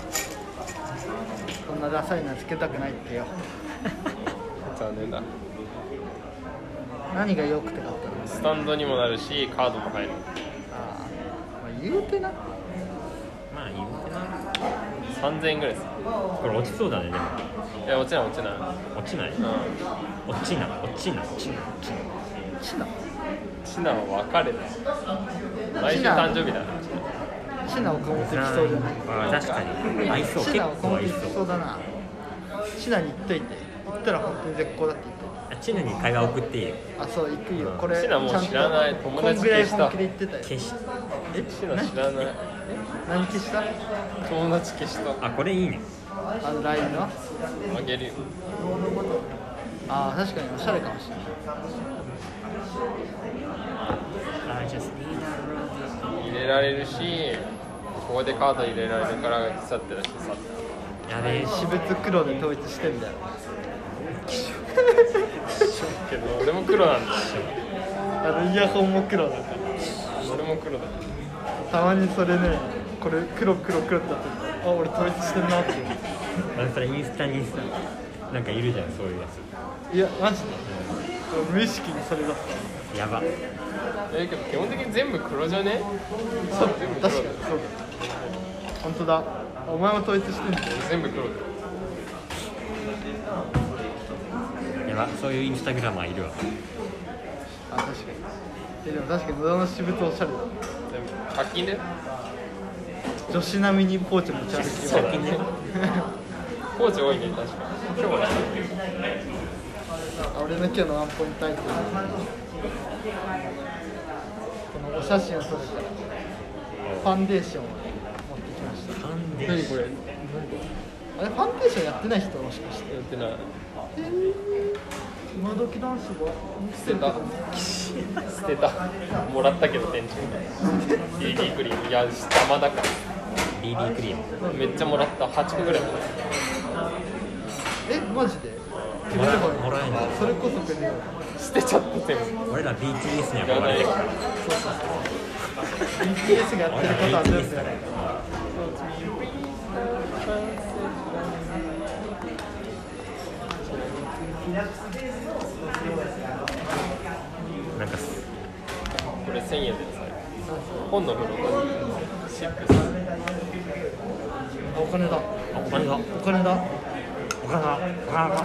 Speaker 2: こんなダサいのつけたくないってよ
Speaker 1: 残念だ
Speaker 2: 何が良くて買ったの
Speaker 1: スタンドにもなるしカードも入る
Speaker 2: ああ、まあ、言うてな
Speaker 3: まあ、言うてな。
Speaker 1: さんぜんえんぐらいです。
Speaker 3: これ落ちそうだね。でも
Speaker 1: いや落ちない落ちない。
Speaker 3: 落ちない、
Speaker 1: うん。
Speaker 3: 落ちな落ちな落ちな落ちな
Speaker 2: シナ
Speaker 1: シナは別れだ。来週誕生日だな。
Speaker 2: シナ岡本来そうじゃない
Speaker 3: あ確かに合いそう。結
Speaker 2: シナ岡本来
Speaker 3: 構合いそう。
Speaker 2: そうだな。シナに行っといて行ったら本当に絶好だって言っといて。
Speaker 3: チヌに会話送っていいよ。
Speaker 2: あ、そう行くよ。これ
Speaker 1: シナもう知らない友達
Speaker 2: こんぐらい
Speaker 1: 消した
Speaker 2: 本気で言ってたよ。
Speaker 3: 消し
Speaker 2: え
Speaker 1: シナ知らない。
Speaker 2: 何消した？
Speaker 1: 友達消した。
Speaker 3: あこれいいね。
Speaker 2: あの ライン の
Speaker 1: あげるよ。
Speaker 2: あー確かにおしゃれかもしれない。
Speaker 1: 入れられるし、ここでカード入れられるから去ってらして去って。
Speaker 3: やべえ。
Speaker 2: 私物黒で統一してんだよ。
Speaker 1: けど俺も黒なんだよ。
Speaker 2: あのイヤホンも黒だから。
Speaker 1: 俺も黒だ。
Speaker 2: たまにそれね、これ黒黒黒ってなってる。あ、俺統一してんなっていう。
Speaker 3: あのそれインスタにさなんかいるじゃんそういうや
Speaker 2: いやマジで。無意識にそれだった。
Speaker 3: つ。やば。
Speaker 1: えけど基本的に全部黒じゃね？
Speaker 2: そう
Speaker 1: 全部黒だ
Speaker 2: 確かにそうだ。本当だ。お前も統一してんだよ。
Speaker 1: 全部黒だ。
Speaker 3: やばそういうインスタグラマーいるわ。
Speaker 2: あ、確かに。えでも確かに野田の私物おしゃれだ。
Speaker 1: 全部課金で？
Speaker 2: 女子並みにポーチ持ち歩き
Speaker 1: そうだね。ポーチ多いね確かに。今日は
Speaker 2: あ、俺の今日のワンポイントアイテム。このお写真を撮るからファンデーションを持ってきました。
Speaker 3: ファンデーション
Speaker 1: 何これ？
Speaker 2: あれファンデーションやってない人もしかして。
Speaker 1: やってない。
Speaker 2: えー、今時男子は
Speaker 1: 捨てた。捨てた。もらったけど店長に。ビービー クリーム。いや邪魔だから。
Speaker 3: ビービー クリーム
Speaker 1: めっちゃもらった。はちこぐらいもらった。
Speaker 2: え、マジで
Speaker 3: もらえもらえんの。
Speaker 2: それこそくれよ。
Speaker 1: 捨てちゃった全部。
Speaker 3: 俺ら ビーティーエス にはも
Speaker 1: いらないよ。
Speaker 3: らえるから。
Speaker 2: ビーティーエス がやってることは全部やる。
Speaker 3: なんかす
Speaker 1: これせんえんでさ。本の付録。シップス。
Speaker 2: お金だ。
Speaker 3: あお金だ
Speaker 2: お金だ。
Speaker 3: お金だお金だ。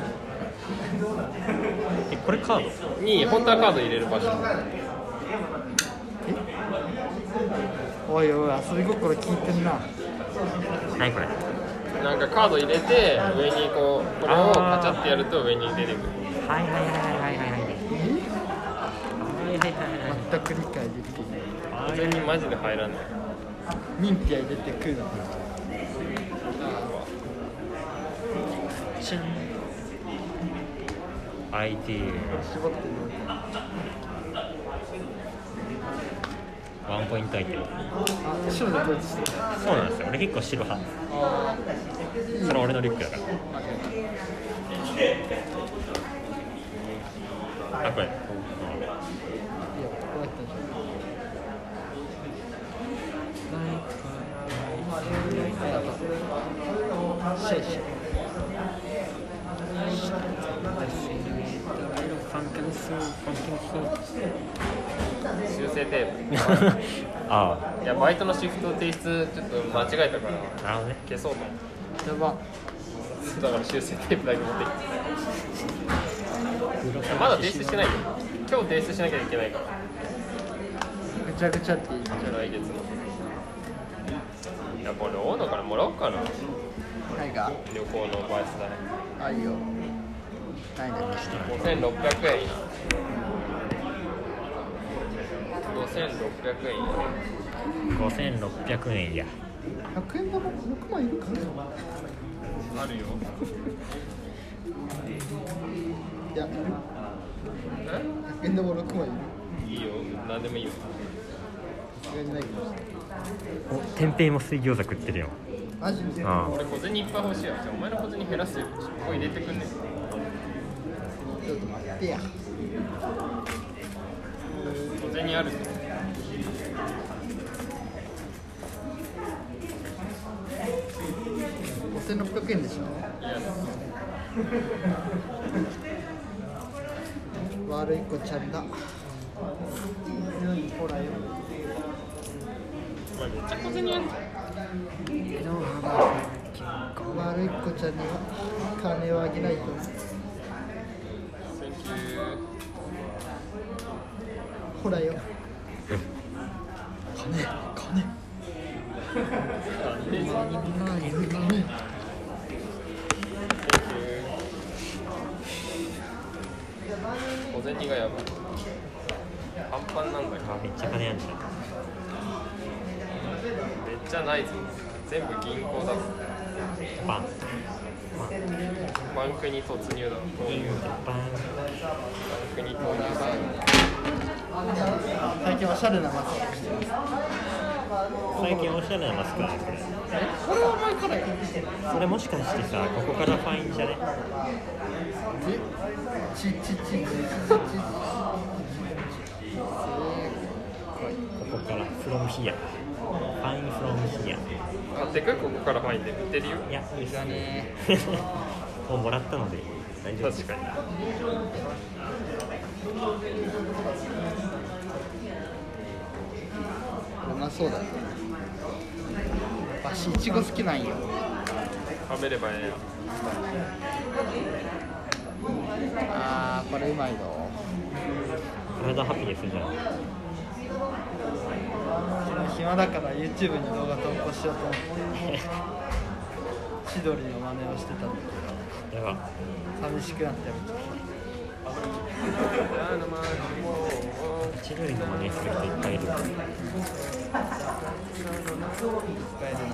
Speaker 3: えこれカード
Speaker 1: に本当はカード入れる場所。
Speaker 2: おいおい、遊び心聞いてんな。
Speaker 3: 何これ。
Speaker 1: なんかカード入れて上にこうこれをカチャってやると上に出てくる。
Speaker 3: はいはいはいはいはいはいはいはいはい
Speaker 2: 全く理解できていない。
Speaker 1: 完全にマジで入らない。
Speaker 2: ミンティア入れて食うの。
Speaker 3: チン アイディ
Speaker 2: 絞ってる。
Speaker 3: ワンポイントアイテム。
Speaker 2: あ、白で統一してる。
Speaker 3: そうなんですよ俺結構白派。それ俺のリュックだから。あこれ
Speaker 2: いいよ、こうやってんじゃん。シェイシェイ。
Speaker 1: 修正テープ。
Speaker 3: あ
Speaker 1: いやバイトのシフト提出ちょっと間違えたから
Speaker 3: あなるほどね。
Speaker 1: 消そうと思って。
Speaker 2: やば。
Speaker 1: だから修正テープだけ持ってきて。まだ提出してないよ。今日提出しなきゃいけないから。
Speaker 2: ぐちゃぐちゃって言っちゃう。
Speaker 1: 来月の。いやこれ大野からもらおうかな。
Speaker 2: はいが。
Speaker 1: 旅行のバイス代。
Speaker 2: あ、いいよ。ないね。
Speaker 1: ごせんろっぴゃくえんいいな。ごせんろっぴゃくえんいいな。
Speaker 3: ごせんろっぴゃくえんや。
Speaker 2: ひゃくえん玉ろくまいいるかな。
Speaker 1: あるよ。
Speaker 2: いや、いる。ひゃくえん玉ろくまいいる。
Speaker 1: いいよ。何でもいいよ。
Speaker 2: さすがにないかもしれない。
Speaker 3: お天平も水餃子食ってるよ。
Speaker 2: マジで。
Speaker 3: あ
Speaker 1: 俺小銭いっぱい欲しいわ。じゃあお前の小銭減らすよ。ここ入れてくんね。
Speaker 2: ちょっと待ってや。
Speaker 1: 小銭あるぞ。
Speaker 2: ごせんろっぴゃくえんでしょ。
Speaker 1: いや
Speaker 2: 悪い子ちゃんだ。ほらよ。
Speaker 1: お前めっちゃ小銭あんじゃん。
Speaker 2: 悪い子ちゃんには金をあげないと。
Speaker 1: センキュー。
Speaker 2: ほらよ。金、金。
Speaker 1: 小銭がやばい。パンパンなんだけど。
Speaker 3: めっちゃ金あんじゃん。
Speaker 1: めっちゃないぞ。全部銀行だぞ。
Speaker 3: パン
Speaker 1: バンクに突入だ。投入だ。
Speaker 3: パン
Speaker 1: バンクに投入だ。
Speaker 2: 最近おしゃれなマスクしてます。
Speaker 3: 最近おしゃれなマスクなんですけど、
Speaker 2: これは前からや。
Speaker 3: それもしかしてさ、ここからファインじゃね？
Speaker 2: えちちちちちちちち
Speaker 3: ここから from here ファイン from here
Speaker 1: 買ってく？ここからファインで売ってるよ。
Speaker 3: いや、いいっす
Speaker 2: だね。
Speaker 3: もうもらったので大丈夫です。
Speaker 1: 確かに。
Speaker 2: うまそうだね。わしいちご好きなんよ。
Speaker 1: 食べればええや。
Speaker 2: あーこれうまいぞ。
Speaker 3: 体ハピネスじゃん。
Speaker 2: 暇だから YouTube に動画投稿しようと思って千鳥の真似をしてたんだけ
Speaker 3: やば
Speaker 2: ど寂しくなってやめちゃった。
Speaker 3: 千鳥の真似する人いっぱいいる。
Speaker 2: 使えるな。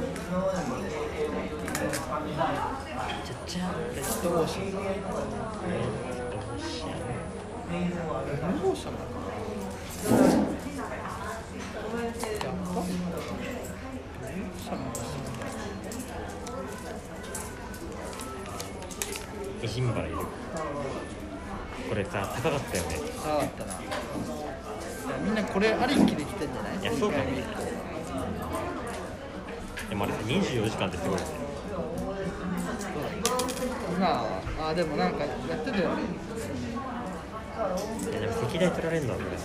Speaker 3: ちゃっちゃ
Speaker 2: レッドオーシャンだ。
Speaker 3: レッドオーシャン
Speaker 2: レッドオーシャンだからやった？レッドオーシャンの
Speaker 3: エヒンバラいる。これさ、高かったよね。
Speaker 2: 高かったな。いやみんなこれありきで来てんじゃない？
Speaker 3: いや、そうかもね。でもあれさ、にじゅうよじかんってすごいよね。
Speaker 2: 今あでもなんかやってたよね。
Speaker 3: いやでも席代取られるのはこれ。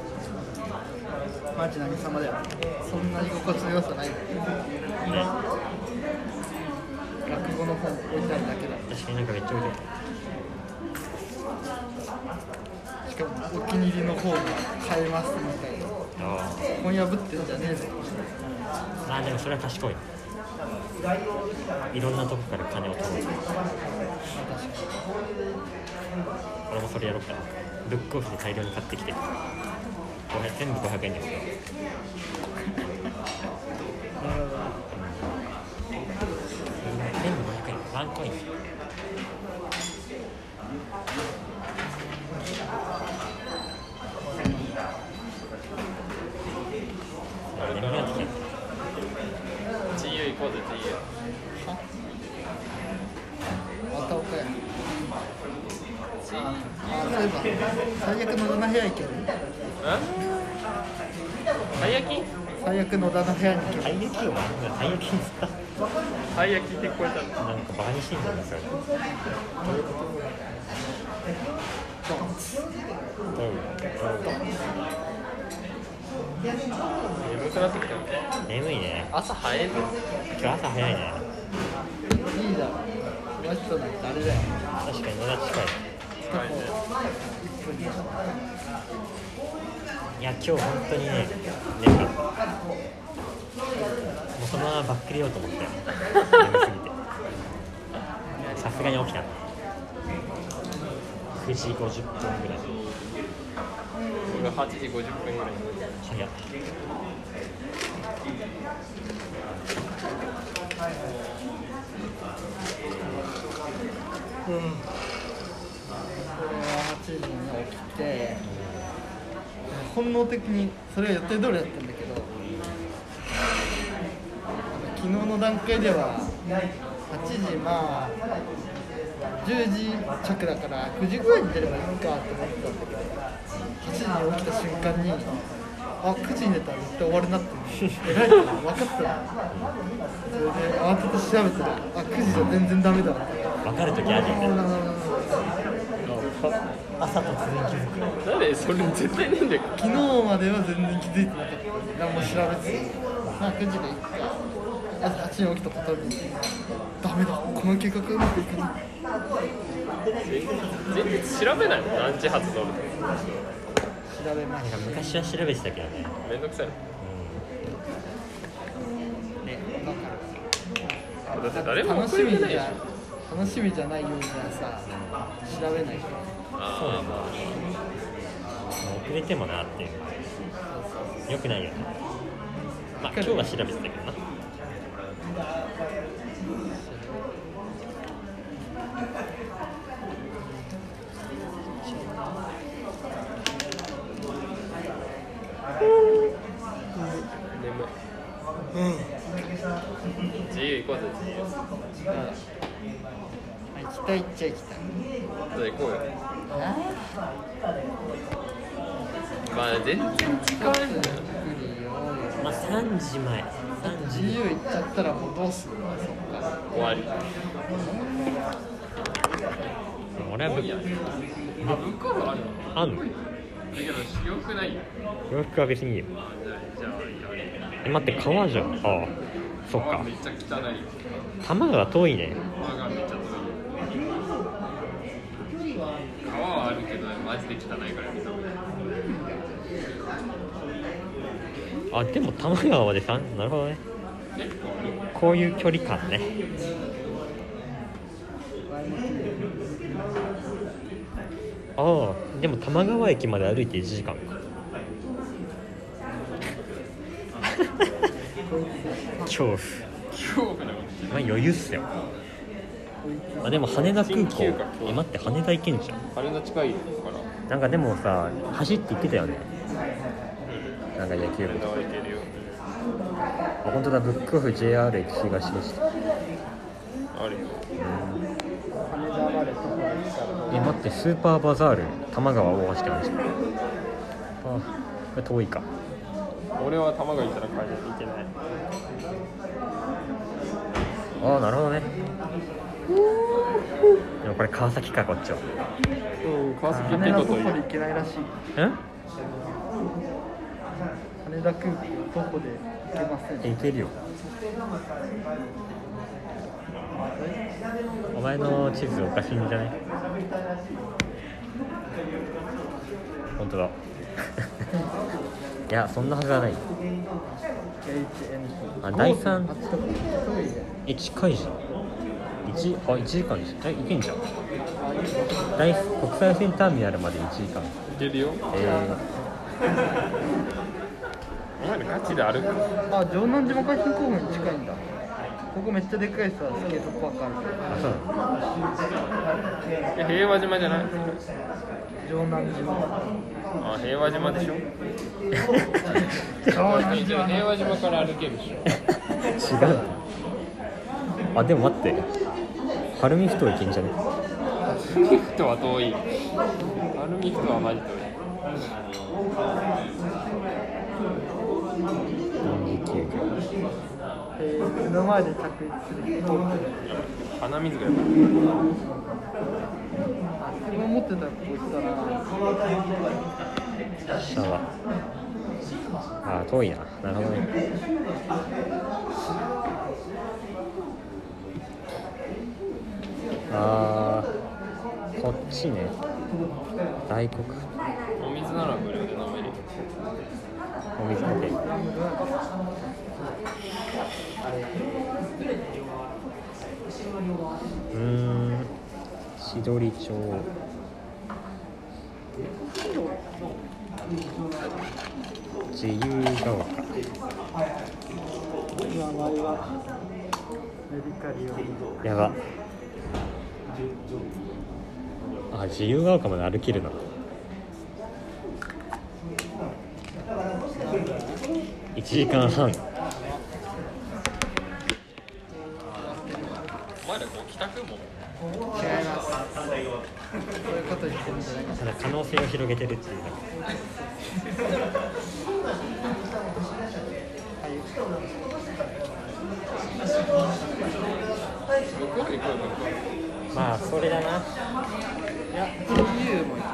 Speaker 2: マジ何様だよ。そんな居心地の良さない。
Speaker 3: ね、
Speaker 2: 落語の本置いてあるだけだ。
Speaker 3: 確かになんかめっちゃ置いて
Speaker 2: しかもお気に入りの方が買えますみたいな。
Speaker 3: あ
Speaker 2: 本破ってんじゃねえぞ。
Speaker 3: あ。ああ、でもそれは賢い。いろんなとこから金を取る。俺もそれやろうかな。ブックオフで大量に買ってきて。ごひゃく全部ごひゃくえんですよ。
Speaker 2: なるほど。
Speaker 3: 全部ごひゃくえん。ワンコイン。眠くなってきた。
Speaker 1: ジーユー 行こうぜ ジーユー。
Speaker 2: また岡山。あ、そういえば最悪野田の部屋行ける。
Speaker 1: たい焼き？
Speaker 2: 最悪野田の部屋に行ける。
Speaker 3: たい焼きをたい焼きに釣った。
Speaker 1: たい焼きって聞こえたの？
Speaker 3: なんかバカにしてんじゃんそれ。
Speaker 2: ドン
Speaker 1: 眠くなってきたの？
Speaker 3: 眠いね。
Speaker 1: 朝早いぞ。
Speaker 3: 今日朝早いね。
Speaker 2: いいじゃん。マジとなんてあれだよ。
Speaker 3: 確かに野田近い。
Speaker 1: 近いね。
Speaker 3: いや今日本当にね、眠かった。もうそのままバックれようと思って眠すぎて。さすがに起きた。くじごじゅっぷんぐらい。
Speaker 1: 俺はちじごじゅっぷんぐらい。
Speaker 3: 早っ。
Speaker 2: うん。俺ははちじに起きて、本能的にそれは予定通りだったんだけど、昨日の段階でははちじまあじゅうじ着だからくじぐらいに出ればいいかって思ってたんだけど、はちじに起きた瞬間にあくじに出たら絶対終わるなって偉いから分かったの。それで慌てて調べたらあくじじゃ全然ダメだって
Speaker 3: 分かるときあるよね。朝突然気づく。
Speaker 1: 誰それ絶対ねえんだよ。
Speaker 2: 昨日までは全然気づいてなかった。何も調べずにまあくじでいいか。 朝はちじに起きたことにダメだこの計画うまくいかない
Speaker 1: 前日調べないの何時発乗る
Speaker 2: 調べまし
Speaker 3: なんか昔は調べてたけどね。
Speaker 1: めんどくさい
Speaker 3: う
Speaker 2: たねだか
Speaker 1: だって誰も
Speaker 2: ら楽しみ
Speaker 1: 送れてないでしょ
Speaker 2: じゃ楽しみじゃないようじゃさ調べないと
Speaker 1: ああまあ
Speaker 3: ん。遅れてもなっていう。よくないよね。まあ今日は調べてたけどな。
Speaker 1: 眠い自由行こうぜ自由
Speaker 2: 行きたいっちゃ行きたい
Speaker 1: じゃあ行こうよまあ全然近いんだよ
Speaker 3: まあさんじまえ。さんじ。
Speaker 2: 自由行っちゃったらもうどうするのそっから
Speaker 1: 終わり
Speaker 3: 俺はぶ
Speaker 1: 今夜あ文化部あるの
Speaker 3: あんの。
Speaker 1: だけどよくないよ
Speaker 3: 洋服は別にいいよ。
Speaker 1: じゃあやれ
Speaker 3: え待って川じゃん。ああそっか。
Speaker 1: めっちゃ汚いよ
Speaker 3: 多摩川遠いね。
Speaker 1: 川がめっちゃ遠い川はあるけどマジで汚いから見た方がいい
Speaker 3: あでも多摩川までさなるほどね。
Speaker 1: 結構
Speaker 3: こういう距離感ね。ああでも多摩川駅まで歩いていちじかんか。恐怖。
Speaker 1: 恐怖なの
Speaker 3: まあ余裕っすよ。あでも羽田空港
Speaker 1: 緊急か
Speaker 3: え待って羽田行けんじゃん。
Speaker 1: 羽田近いから
Speaker 3: なんかでもさ走って行ってたよね。なんか野球部
Speaker 1: 羽田は行けるよ
Speaker 3: あ本当だブックオフ ジェイアール 駅東でした。
Speaker 1: あるよ
Speaker 2: 羽田まで徒歩でしたら
Speaker 3: え待ってスーパーバザール多摩川大橋ってあるじゃん。あこれ遠いか。
Speaker 1: 俺は多摩川行ったら帰らないといけない
Speaker 3: ああなるほどね。でもこれ川崎かこっちは。
Speaker 1: うん川崎行っ
Speaker 2: 羽
Speaker 1: てこといい
Speaker 2: 田徒歩で行けないらしい
Speaker 3: え
Speaker 2: 羽田空港徒歩で行けません
Speaker 3: え行けるよ。お前の地図おかしいんじゃない？本当だ。いやそんなはずはない。あ第三え近いじゃん。一あ一時間でしょ。え行けんじゃん。大国際線ターミナルまでいちじかん。
Speaker 1: 行けるよ
Speaker 3: え
Speaker 1: お前らガチで歩く
Speaker 2: あ城南島海浜公園に近いんだここめっちゃでかいさスケートパークある
Speaker 3: ー、あそうなの。
Speaker 1: え平和島じゃない
Speaker 2: 城南島
Speaker 1: あ平和島でしょ
Speaker 2: 城南島
Speaker 1: 平和島から歩けるでしょ
Speaker 3: 違う。あでも待って晴海ふ頭行けんじゃね。
Speaker 1: アルミフトは遠いアルミフトはマジ遠い
Speaker 2: えー、目の前で着陸する飛行機
Speaker 1: 鼻水がやばい
Speaker 2: 自分持ってたらこうしたら
Speaker 3: 下はあ遠いな。なるほどね。あーこっちね大黒
Speaker 1: お水なら無料で飲めるよ
Speaker 3: お水飲んでうーん千鳥町自由が丘
Speaker 2: 今前はメディカリを
Speaker 3: やばあ自由が丘まで歩けるな。いちじかんはん。
Speaker 1: お前らこれ帰宅も
Speaker 2: 違いますそういうこと言ってるんじゃないか
Speaker 3: ただ可能性を広げてるっていうだ
Speaker 1: 向こう行こうよ向こ
Speaker 3: けまあそれだな。
Speaker 2: いや ジーユー も行く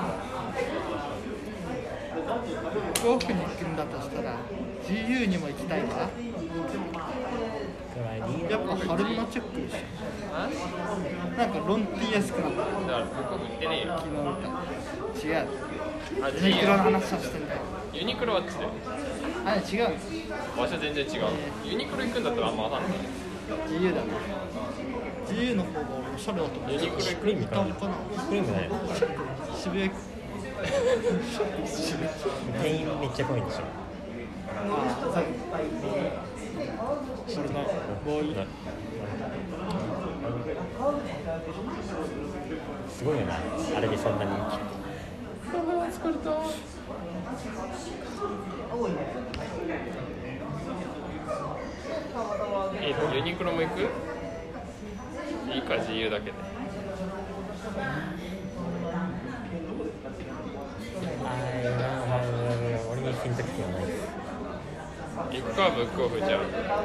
Speaker 2: 福岡に行くんだとしたら ジーユー にも行きたいわやっぱ春馬チェックでしょ。なんかロン T 安くなった。
Speaker 1: だから僕売ってねえよ。
Speaker 2: 昨日見た。違う。
Speaker 1: あ、
Speaker 2: ユニクロの話をしてんだよ。
Speaker 1: ユニクロはあっちで
Speaker 2: あれ違うの。
Speaker 1: 場所全然違う。ユニクロ行くんだったらあんま分かんない。
Speaker 2: 自由だな。自由の方がおしゃれだと思う。
Speaker 1: ユニクロ行く
Speaker 3: クリームかな
Speaker 2: かな。
Speaker 3: クリームない
Speaker 2: 渋谷区。
Speaker 3: 店員めっちゃ濃いんでしょ
Speaker 2: あ、そう。それな、ボーイ。
Speaker 3: すごいよな、あれでそんな人気。
Speaker 1: ああ、疲れた。え、ユニクロも行く？いいか、自由だけで。
Speaker 3: 俺に選択肢はないです。
Speaker 1: 行くか、ブックオフじゃん。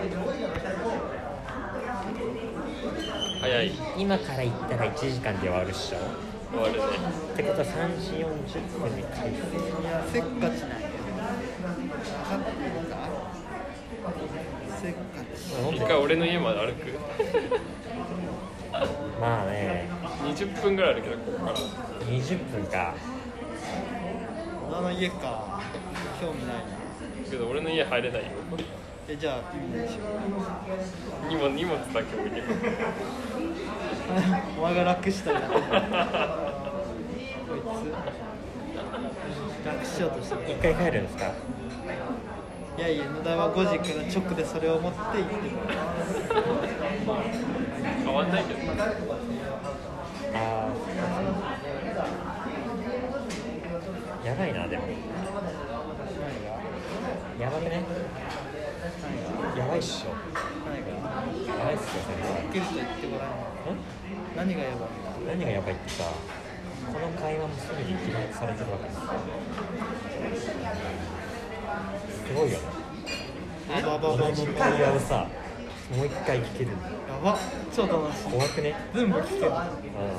Speaker 1: 早い。
Speaker 3: 今から行ったらいちじかんで終わるっしょ。
Speaker 1: 終わるね。
Speaker 3: ってことはさんじよんじゅっぷんで帰る。
Speaker 2: いや、せっかちなんや。分かってるか？せっかち。
Speaker 1: 一回俺の家まで歩く。
Speaker 3: まあね、
Speaker 1: にじゅっぷんぐらい歩けど、ここから。
Speaker 3: にじゅっぷんか。
Speaker 2: あの家か。興味ないな。
Speaker 1: けど俺の家入れないよ。
Speaker 2: え、じゃあ意味ないでしょ。
Speaker 1: 荷物荷物だけ置いてくる。
Speaker 2: お前が楽したいな。こいつ楽しようとしてる。
Speaker 3: 一回帰るんですか？
Speaker 2: いやいや、野田はごじから直でそれを持って行ってくる。
Speaker 1: 変わんないけど。
Speaker 3: あー、やばいな。でもやばくね？やばいっしょ。
Speaker 2: 何が
Speaker 3: やばいっすよ、それは。
Speaker 2: はっきりと言ってごらん。何がやばい？
Speaker 3: 何がやばいってさ、この会話もすぐに記録されてるわけです。すごいよね。
Speaker 2: え？ババババ
Speaker 3: 同じ会話をさ、もう一回聞ける。
Speaker 2: やば、超楽しい。
Speaker 3: 怖くね？
Speaker 2: 全部聞ける。
Speaker 3: うん。
Speaker 2: やば。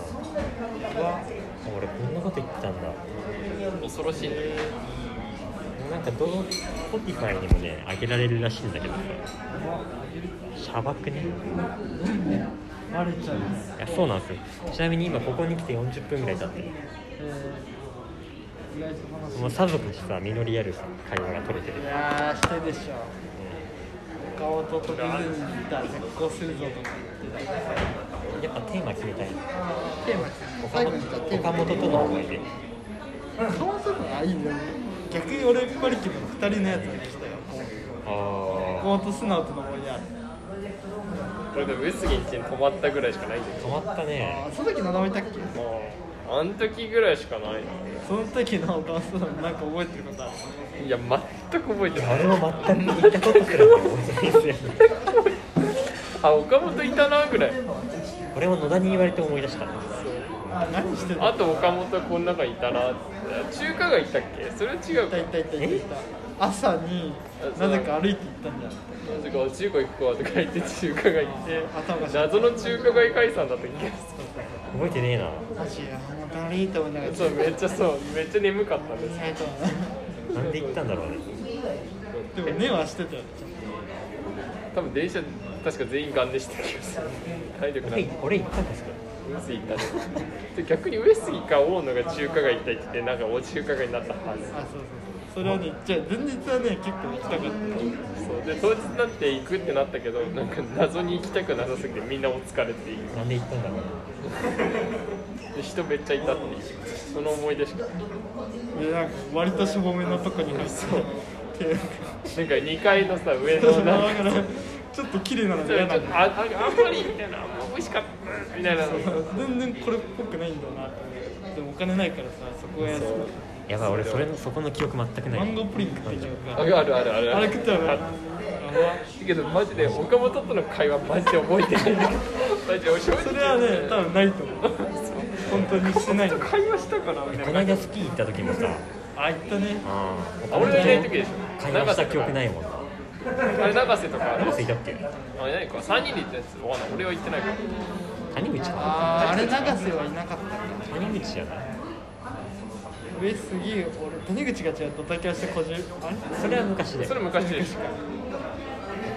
Speaker 3: 俺こんなこと言ってたんだ。
Speaker 1: 恐ろしいね。
Speaker 3: なんかどう Spotify にもね、上げられるらしいんだけどさ、しゃばくね？
Speaker 2: バレちゃうね。
Speaker 3: いや、そうなんですよ。ちなみに今ここに来てよんじゅっぷんぐらい経ってる。
Speaker 2: えー、意外と楽しい。
Speaker 3: もうさぞかしさ、実りあるさ、会話が取れてる。
Speaker 2: いやー、してるでしょ。岡本とディズニーにいたら絶好するぞとか言ってた。
Speaker 3: やっぱテーマ決めたい。
Speaker 2: テーマ最後にじゃあテーマ
Speaker 3: 岡本との思い出。
Speaker 2: そうするのはいいんだよ。逆に俺パリキのふたりのやつが来たよ。
Speaker 3: あ
Speaker 2: 岡本素直との思い出ある。
Speaker 1: これで上杉ん家に泊まったぐらいしかないんだ
Speaker 3: ー、
Speaker 1: よ。
Speaker 3: 止まったね。
Speaker 2: あ、その時名前いたっけ？
Speaker 1: もうあん時ぐらいしかないな。
Speaker 2: その時の岡本のなんか覚えてることある？
Speaker 1: いや、全く覚えてない。
Speaker 3: 俺も全く聞いたことすら覚えてないですよ。
Speaker 1: あ、岡本いたなぐらい。
Speaker 3: 俺も野田に言われて思い出した。
Speaker 2: あ、何してるの？
Speaker 1: あと岡本この中にいたなって。中華街行ったっけ？それは違うか。
Speaker 2: いたいたいたいたいた。朝になぜか歩いて行ったんじゃん。
Speaker 1: なんか中華行くわとか言って中華街行って
Speaker 2: 頭が
Speaker 1: 謎の中華街解散だった気がす
Speaker 3: 覚えてねえな。
Speaker 2: マジや、もうだるいと思いながら。
Speaker 1: る。そう、めっちゃそう、めっちゃ眠かったんです。
Speaker 2: 意外と
Speaker 3: なんで行ったんだろうね。
Speaker 2: でも寝はしてたよ。
Speaker 1: 多分電車確か全員ガン寝してた気がする。体力ない。
Speaker 3: 俺、俺行ったんですか？
Speaker 1: 上杉行ったね。で逆に上杉か大野が中華街行ったりってなんかお中華街になったはず。
Speaker 2: あ、そうそうそう。それはね、じゃあ前日はね、結構行きたかった。
Speaker 1: そうで当日になって行くってなったけど、なんか謎に行きたくなさすぎてみんなお疲れっていう。
Speaker 3: なんで行ったんだろう。
Speaker 1: で人めっちゃいたっていうその思い出しか。
Speaker 2: で、なんか割としょぼめのとこに入って
Speaker 1: そう
Speaker 2: 手
Speaker 1: なんかにかいのさ上の
Speaker 2: だ
Speaker 1: なんか
Speaker 2: からちょっと綺麗なの
Speaker 1: ちょ
Speaker 2: 嫌なんだ。
Speaker 1: っとあああんまりみたいな、あんま美味しかったみたいな。
Speaker 2: 全然これっぽくないんだなって。でもお金ないからさ、そこは安くて。
Speaker 3: やばい、俺それのそこの記憶全くない。
Speaker 2: マンゴープリン食ってんじゃんか。
Speaker 1: あるあるあるある
Speaker 2: あれ食ったよね。
Speaker 1: だけどマジで岡本との会話マジで覚えてないんだけどマジでお正直
Speaker 2: それはね、多分ないと思う。本当にしてないんだ。
Speaker 1: 会話したかなみたいな。
Speaker 3: この間スキー行った時もさ、
Speaker 2: あ、行ったね。
Speaker 3: あ
Speaker 1: あ俺がいない時でしょ。
Speaker 3: 会話した記憶ないもんな。
Speaker 1: あれ永瀬とかある
Speaker 3: どうせいたっけ？
Speaker 1: あれ何かさんにんで行ったやつわかんない。俺は行ってないから。
Speaker 3: 谷口かな。
Speaker 2: あー、あれ永瀬はいなかったか。
Speaker 3: 谷口じゃない？
Speaker 2: 上杉、俺、谷口が違うと妥協して個人、あれ
Speaker 3: それは昔で。
Speaker 1: それ昔でしょ。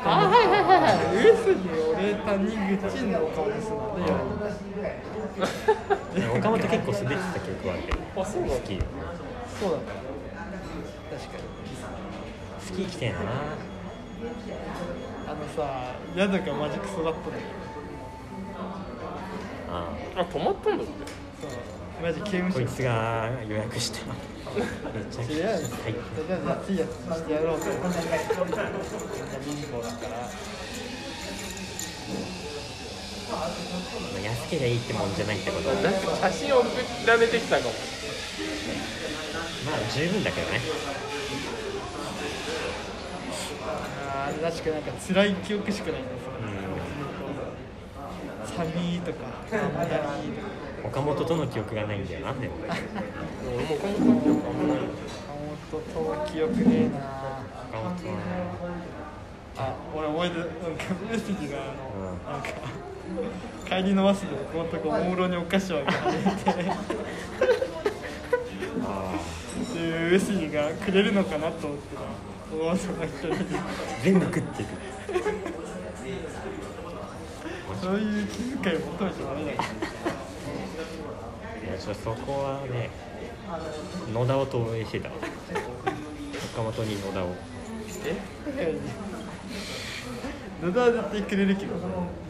Speaker 2: あはいはいはいはい上杉俺谷口の岡本すなんでや
Speaker 3: 岡本結構滑ってた記憶はあるけど
Speaker 1: あそうなんだ
Speaker 3: スキー
Speaker 2: そうだった確かに
Speaker 3: スキー来てんな
Speaker 2: あのさ宿がマジクソだったんだけ
Speaker 3: あ
Speaker 1: あ泊まったんだって
Speaker 2: どそうマジ刑務所
Speaker 3: こいつが予約しためっちゃ
Speaker 2: とりあえず
Speaker 3: はい
Speaker 2: とりあえず暑いやつしてやろうと思って貧乏だから
Speaker 3: 安けりゃいいってもんじゃないってことは
Speaker 1: なんか写真送られてきたかも
Speaker 3: まあ十分だけどね
Speaker 2: あー確かなんか辛い記憶しかないんですよ
Speaker 3: う
Speaker 2: 寒いとか甘いとか
Speaker 3: 岡本との記憶がないんだよなんで俺
Speaker 1: 俺もこの記憶あんまない
Speaker 2: 岡本と記憶ねえな
Speaker 3: 岡本は
Speaker 2: あ俺覚えてるなんか上杉があの、
Speaker 3: うん
Speaker 2: なんか帰りのバスで岡本がおもろにお菓子をあげて
Speaker 3: あ
Speaker 2: で上杉がくれるのかなと思って岡本が一人で
Speaker 3: 全部食っていく
Speaker 2: そういう気遣いを求めちゃダメだよ
Speaker 3: いやちょっとそこはね野田を投影してた岡本に野田を
Speaker 1: え
Speaker 2: 野田は絶対くれるけど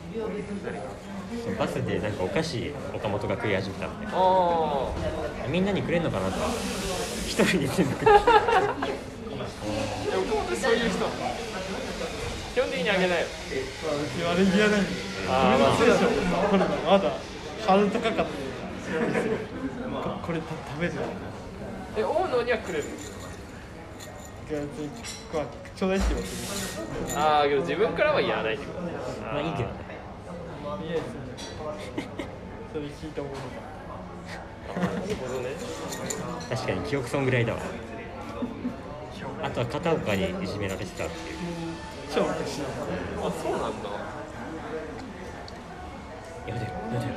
Speaker 3: バスでなんかお菓子岡本が食い始めたんで
Speaker 1: あ
Speaker 3: みんなにくれんのかなと一人で全部食って
Speaker 1: あ岡本そういう人基本的にあげないよ
Speaker 2: まあ別に悪気はないんだけど
Speaker 1: あー
Speaker 2: 俺のせいでしょこれまだハードル高かったここれた食べる
Speaker 1: え大野にはくれる
Speaker 2: 別にまあちょうだいって言われて
Speaker 1: ああけど自分からは言わないってことね
Speaker 3: まあいいけどね
Speaker 2: とりあえずそれ聞いたものが
Speaker 1: なるほどね
Speaker 3: 確かに記憶そんぐらいだわあとは片岡にいじめられてたっていう
Speaker 2: 超昔だ
Speaker 1: あそうなんだ
Speaker 3: やめてよやめてよ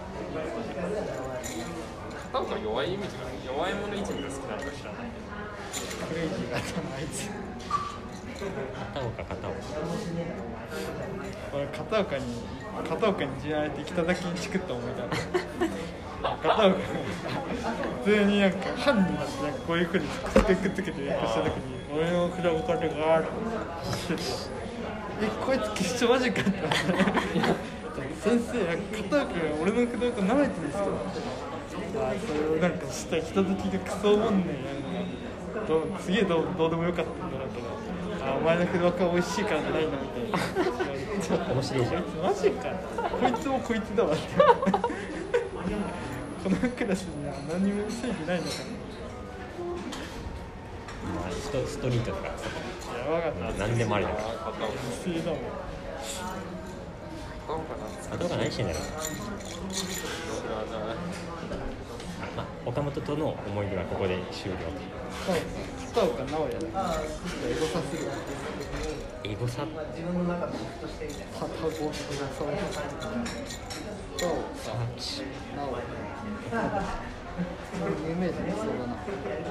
Speaker 1: 片岡弱いイメージが弱い者いじめが好きなのか知らない
Speaker 2: クレイジーがあったのあいつ
Speaker 3: 片岡片岡
Speaker 2: 俺片岡に片岡にいじめられて北だけにチクった思い出ある片岡が普通になんか犯人だってなんかこういうふうにくっつけくっつけてやった時に俺の札をこうやってガーッとしててえこいつ決勝マジかって思って先生片岡が俺の札をこう舐めてるんですけどあそれをなんかした人好きがクソおもんねえやんどうすげえどうどうでもよかったんだろうけどあお前の筆箱は美味しいからじゃないんだみたいな
Speaker 3: 面白いじゃん
Speaker 2: こいつマジかこいつもこいつだわってこのクラスには何も正義ないのか
Speaker 3: まあストストリートとか
Speaker 2: なやばかった
Speaker 3: 何でもありだから
Speaker 1: 片岡
Speaker 2: 不正だもん
Speaker 1: 片岡なんですか
Speaker 3: 片岡何してんだろう
Speaker 1: 知らない
Speaker 3: まあ岡本との思い出はここで終了
Speaker 2: 片岡直也だからエゴサする
Speaker 3: エゴサ
Speaker 2: タタゴとかそういう片岡
Speaker 3: サーチ
Speaker 2: 直也有名人そうだな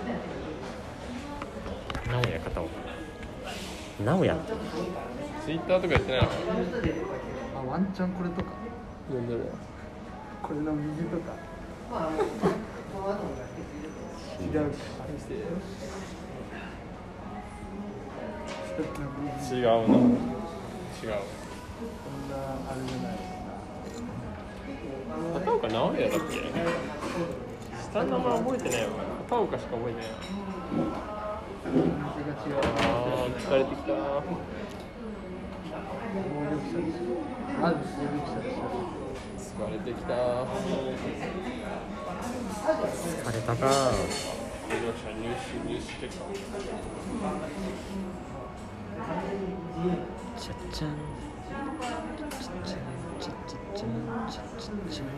Speaker 3: 直哉片岡直哉って
Speaker 1: ツイッターとかやってないの
Speaker 2: あワンチャンこれとか
Speaker 1: 読んでる
Speaker 2: これの右とか違うか
Speaker 1: 違うな違う
Speaker 2: こんなあれじゃない
Speaker 1: 片岡直哉だっけ下の名前覚えてないわ片岡しか覚えてない
Speaker 2: 味が違う
Speaker 1: あー疲れてきた
Speaker 2: 能力者でしょまず能力者でしょ
Speaker 1: 疲れてきた
Speaker 3: 疲れたか
Speaker 1: 能力者入試入試結果
Speaker 3: ちゃっちゃんちゃっちゃんちゃっちゃんちゃっちゃんちゃっちゃん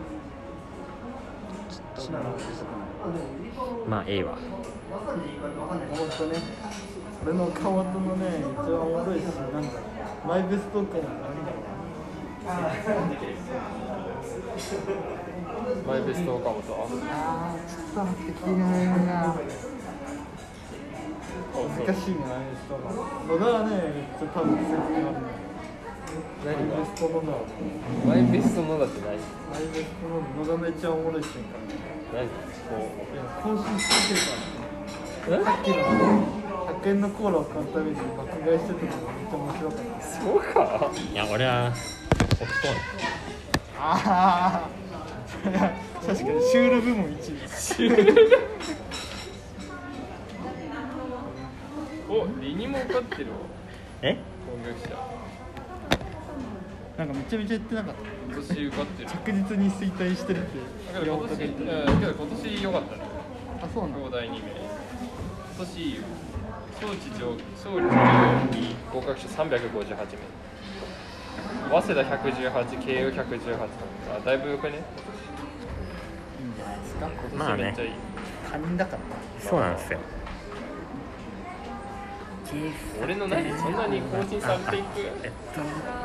Speaker 3: まあええわ
Speaker 2: 本当ね俺の顔とのね一番おもろいしなんだマイベストークなんだ
Speaker 1: マイベスト岡本
Speaker 2: あーちょっと待って気になるな難しいね、アイベストの野田はね、めっちゃ多分強くなる。アイベストの野田
Speaker 1: マイベストのだってない。
Speaker 2: アイベストの野田の一番おもろい瞬間。
Speaker 1: 何こ
Speaker 2: 更新してるからさっきのひゃくえんのコーラを買うために爆買いしてたのがめっちゃ面白かった。
Speaker 1: うそうか。
Speaker 3: いや俺はオプト
Speaker 2: ああ確かにシュール部門いちい。
Speaker 1: お、リニも受かってるわ。
Speaker 3: え
Speaker 1: 工業者
Speaker 2: なんかめちゃめちゃ言ってなかった。
Speaker 1: 今年受かってる。
Speaker 2: 確実に衰退してるって
Speaker 1: だから今年、うん、けど今年良かったね。
Speaker 2: あ、そうなの。
Speaker 1: 東大に名。今年いいよ。総知上、総理上に合格者さんびゃくごじゅうはちめい。早稲田ひゃくじゅうはち、慶応ひゃくじゅうはち。あ、だいぶよくね。
Speaker 2: いいんじゃないですか。
Speaker 1: 今年めっちゃいい。
Speaker 2: 他人だから
Speaker 3: そうなんですよ。
Speaker 1: 俺の何そんなに更新されていく。
Speaker 3: えっと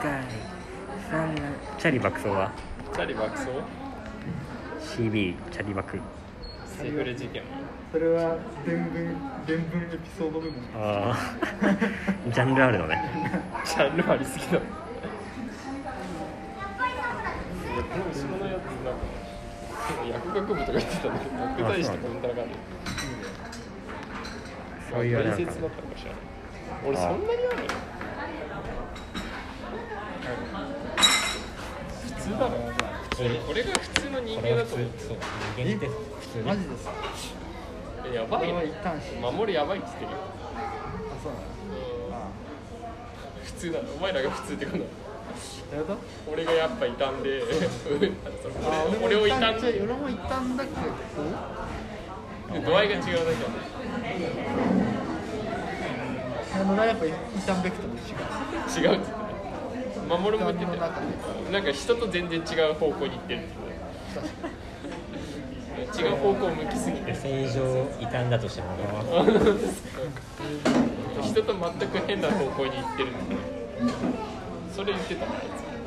Speaker 3: チャリ爆走は
Speaker 1: チャリ爆走
Speaker 3: シービー チャリ爆。
Speaker 1: セフレ事件。
Speaker 2: それは伝聞伝聞エピソード部門。
Speaker 3: ああジャンルあるのね。
Speaker 1: ジャンルありすぎだ。いやこの後ろのやつなんか薬学部とか言ってたんだけど、薬剤師とかうんたらがね。
Speaker 3: そういうあれなんか
Speaker 1: 大切だったのかしら。俺そんなにある？普通だろ。俺が普通の人間だと思って
Speaker 3: そう人間って普通ね。
Speaker 2: マジですか。
Speaker 1: えやばいね。
Speaker 2: 一旦し
Speaker 1: 守りやばいって言ってるよ。
Speaker 2: あ、そうなの。
Speaker 1: 普通なの。お前らが普通ってことなの。
Speaker 2: やだ。
Speaker 1: 俺がやっぱ傷んで
Speaker 2: あ、
Speaker 1: 俺を傷んで
Speaker 2: 俺も傷んだけど
Speaker 1: 度合いが違うだけだね。
Speaker 2: あのやっぱ傷んべきとも違う。
Speaker 1: 違うって言ってた。守も言ってたよ。なんか人と全然違う方向に行ってるって言ってた。違う方向向きすぎて
Speaker 3: 正常傷んだとしても
Speaker 1: 人と全く変な方向に行ってるってそれ言ってたのあい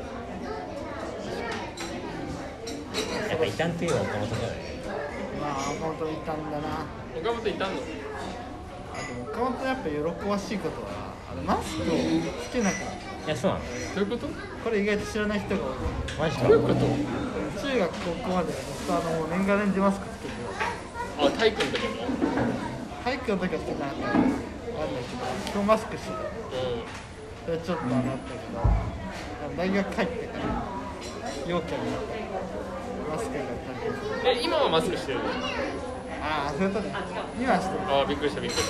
Speaker 1: つ。
Speaker 3: やっぱ傷んといえば岡本じゃない。
Speaker 2: まあ本当に傷んだな。
Speaker 1: 岡本いたんの。
Speaker 2: あ、でも岡本やっぱ喜ばしいことはあのマスクをつけなくなった。
Speaker 3: いやそうなの。
Speaker 1: どういうこと？
Speaker 2: これ意外と知らない人が多い。
Speaker 3: マジか。
Speaker 1: どういうこと？
Speaker 2: 中学高校までずっとあの年がら年中マスクつけて、
Speaker 1: あ、体育の時も。
Speaker 2: 体育の時はつけなかったあるんだけど、今日マスクしてた。それちょっとあれだったけど、大学帰ってから陽キャになったマスクが大変。
Speaker 1: え、今はマスクしてるの？
Speaker 2: ああ、そういうことね。今はしてる。
Speaker 1: あー、びっくりしたびっくりした。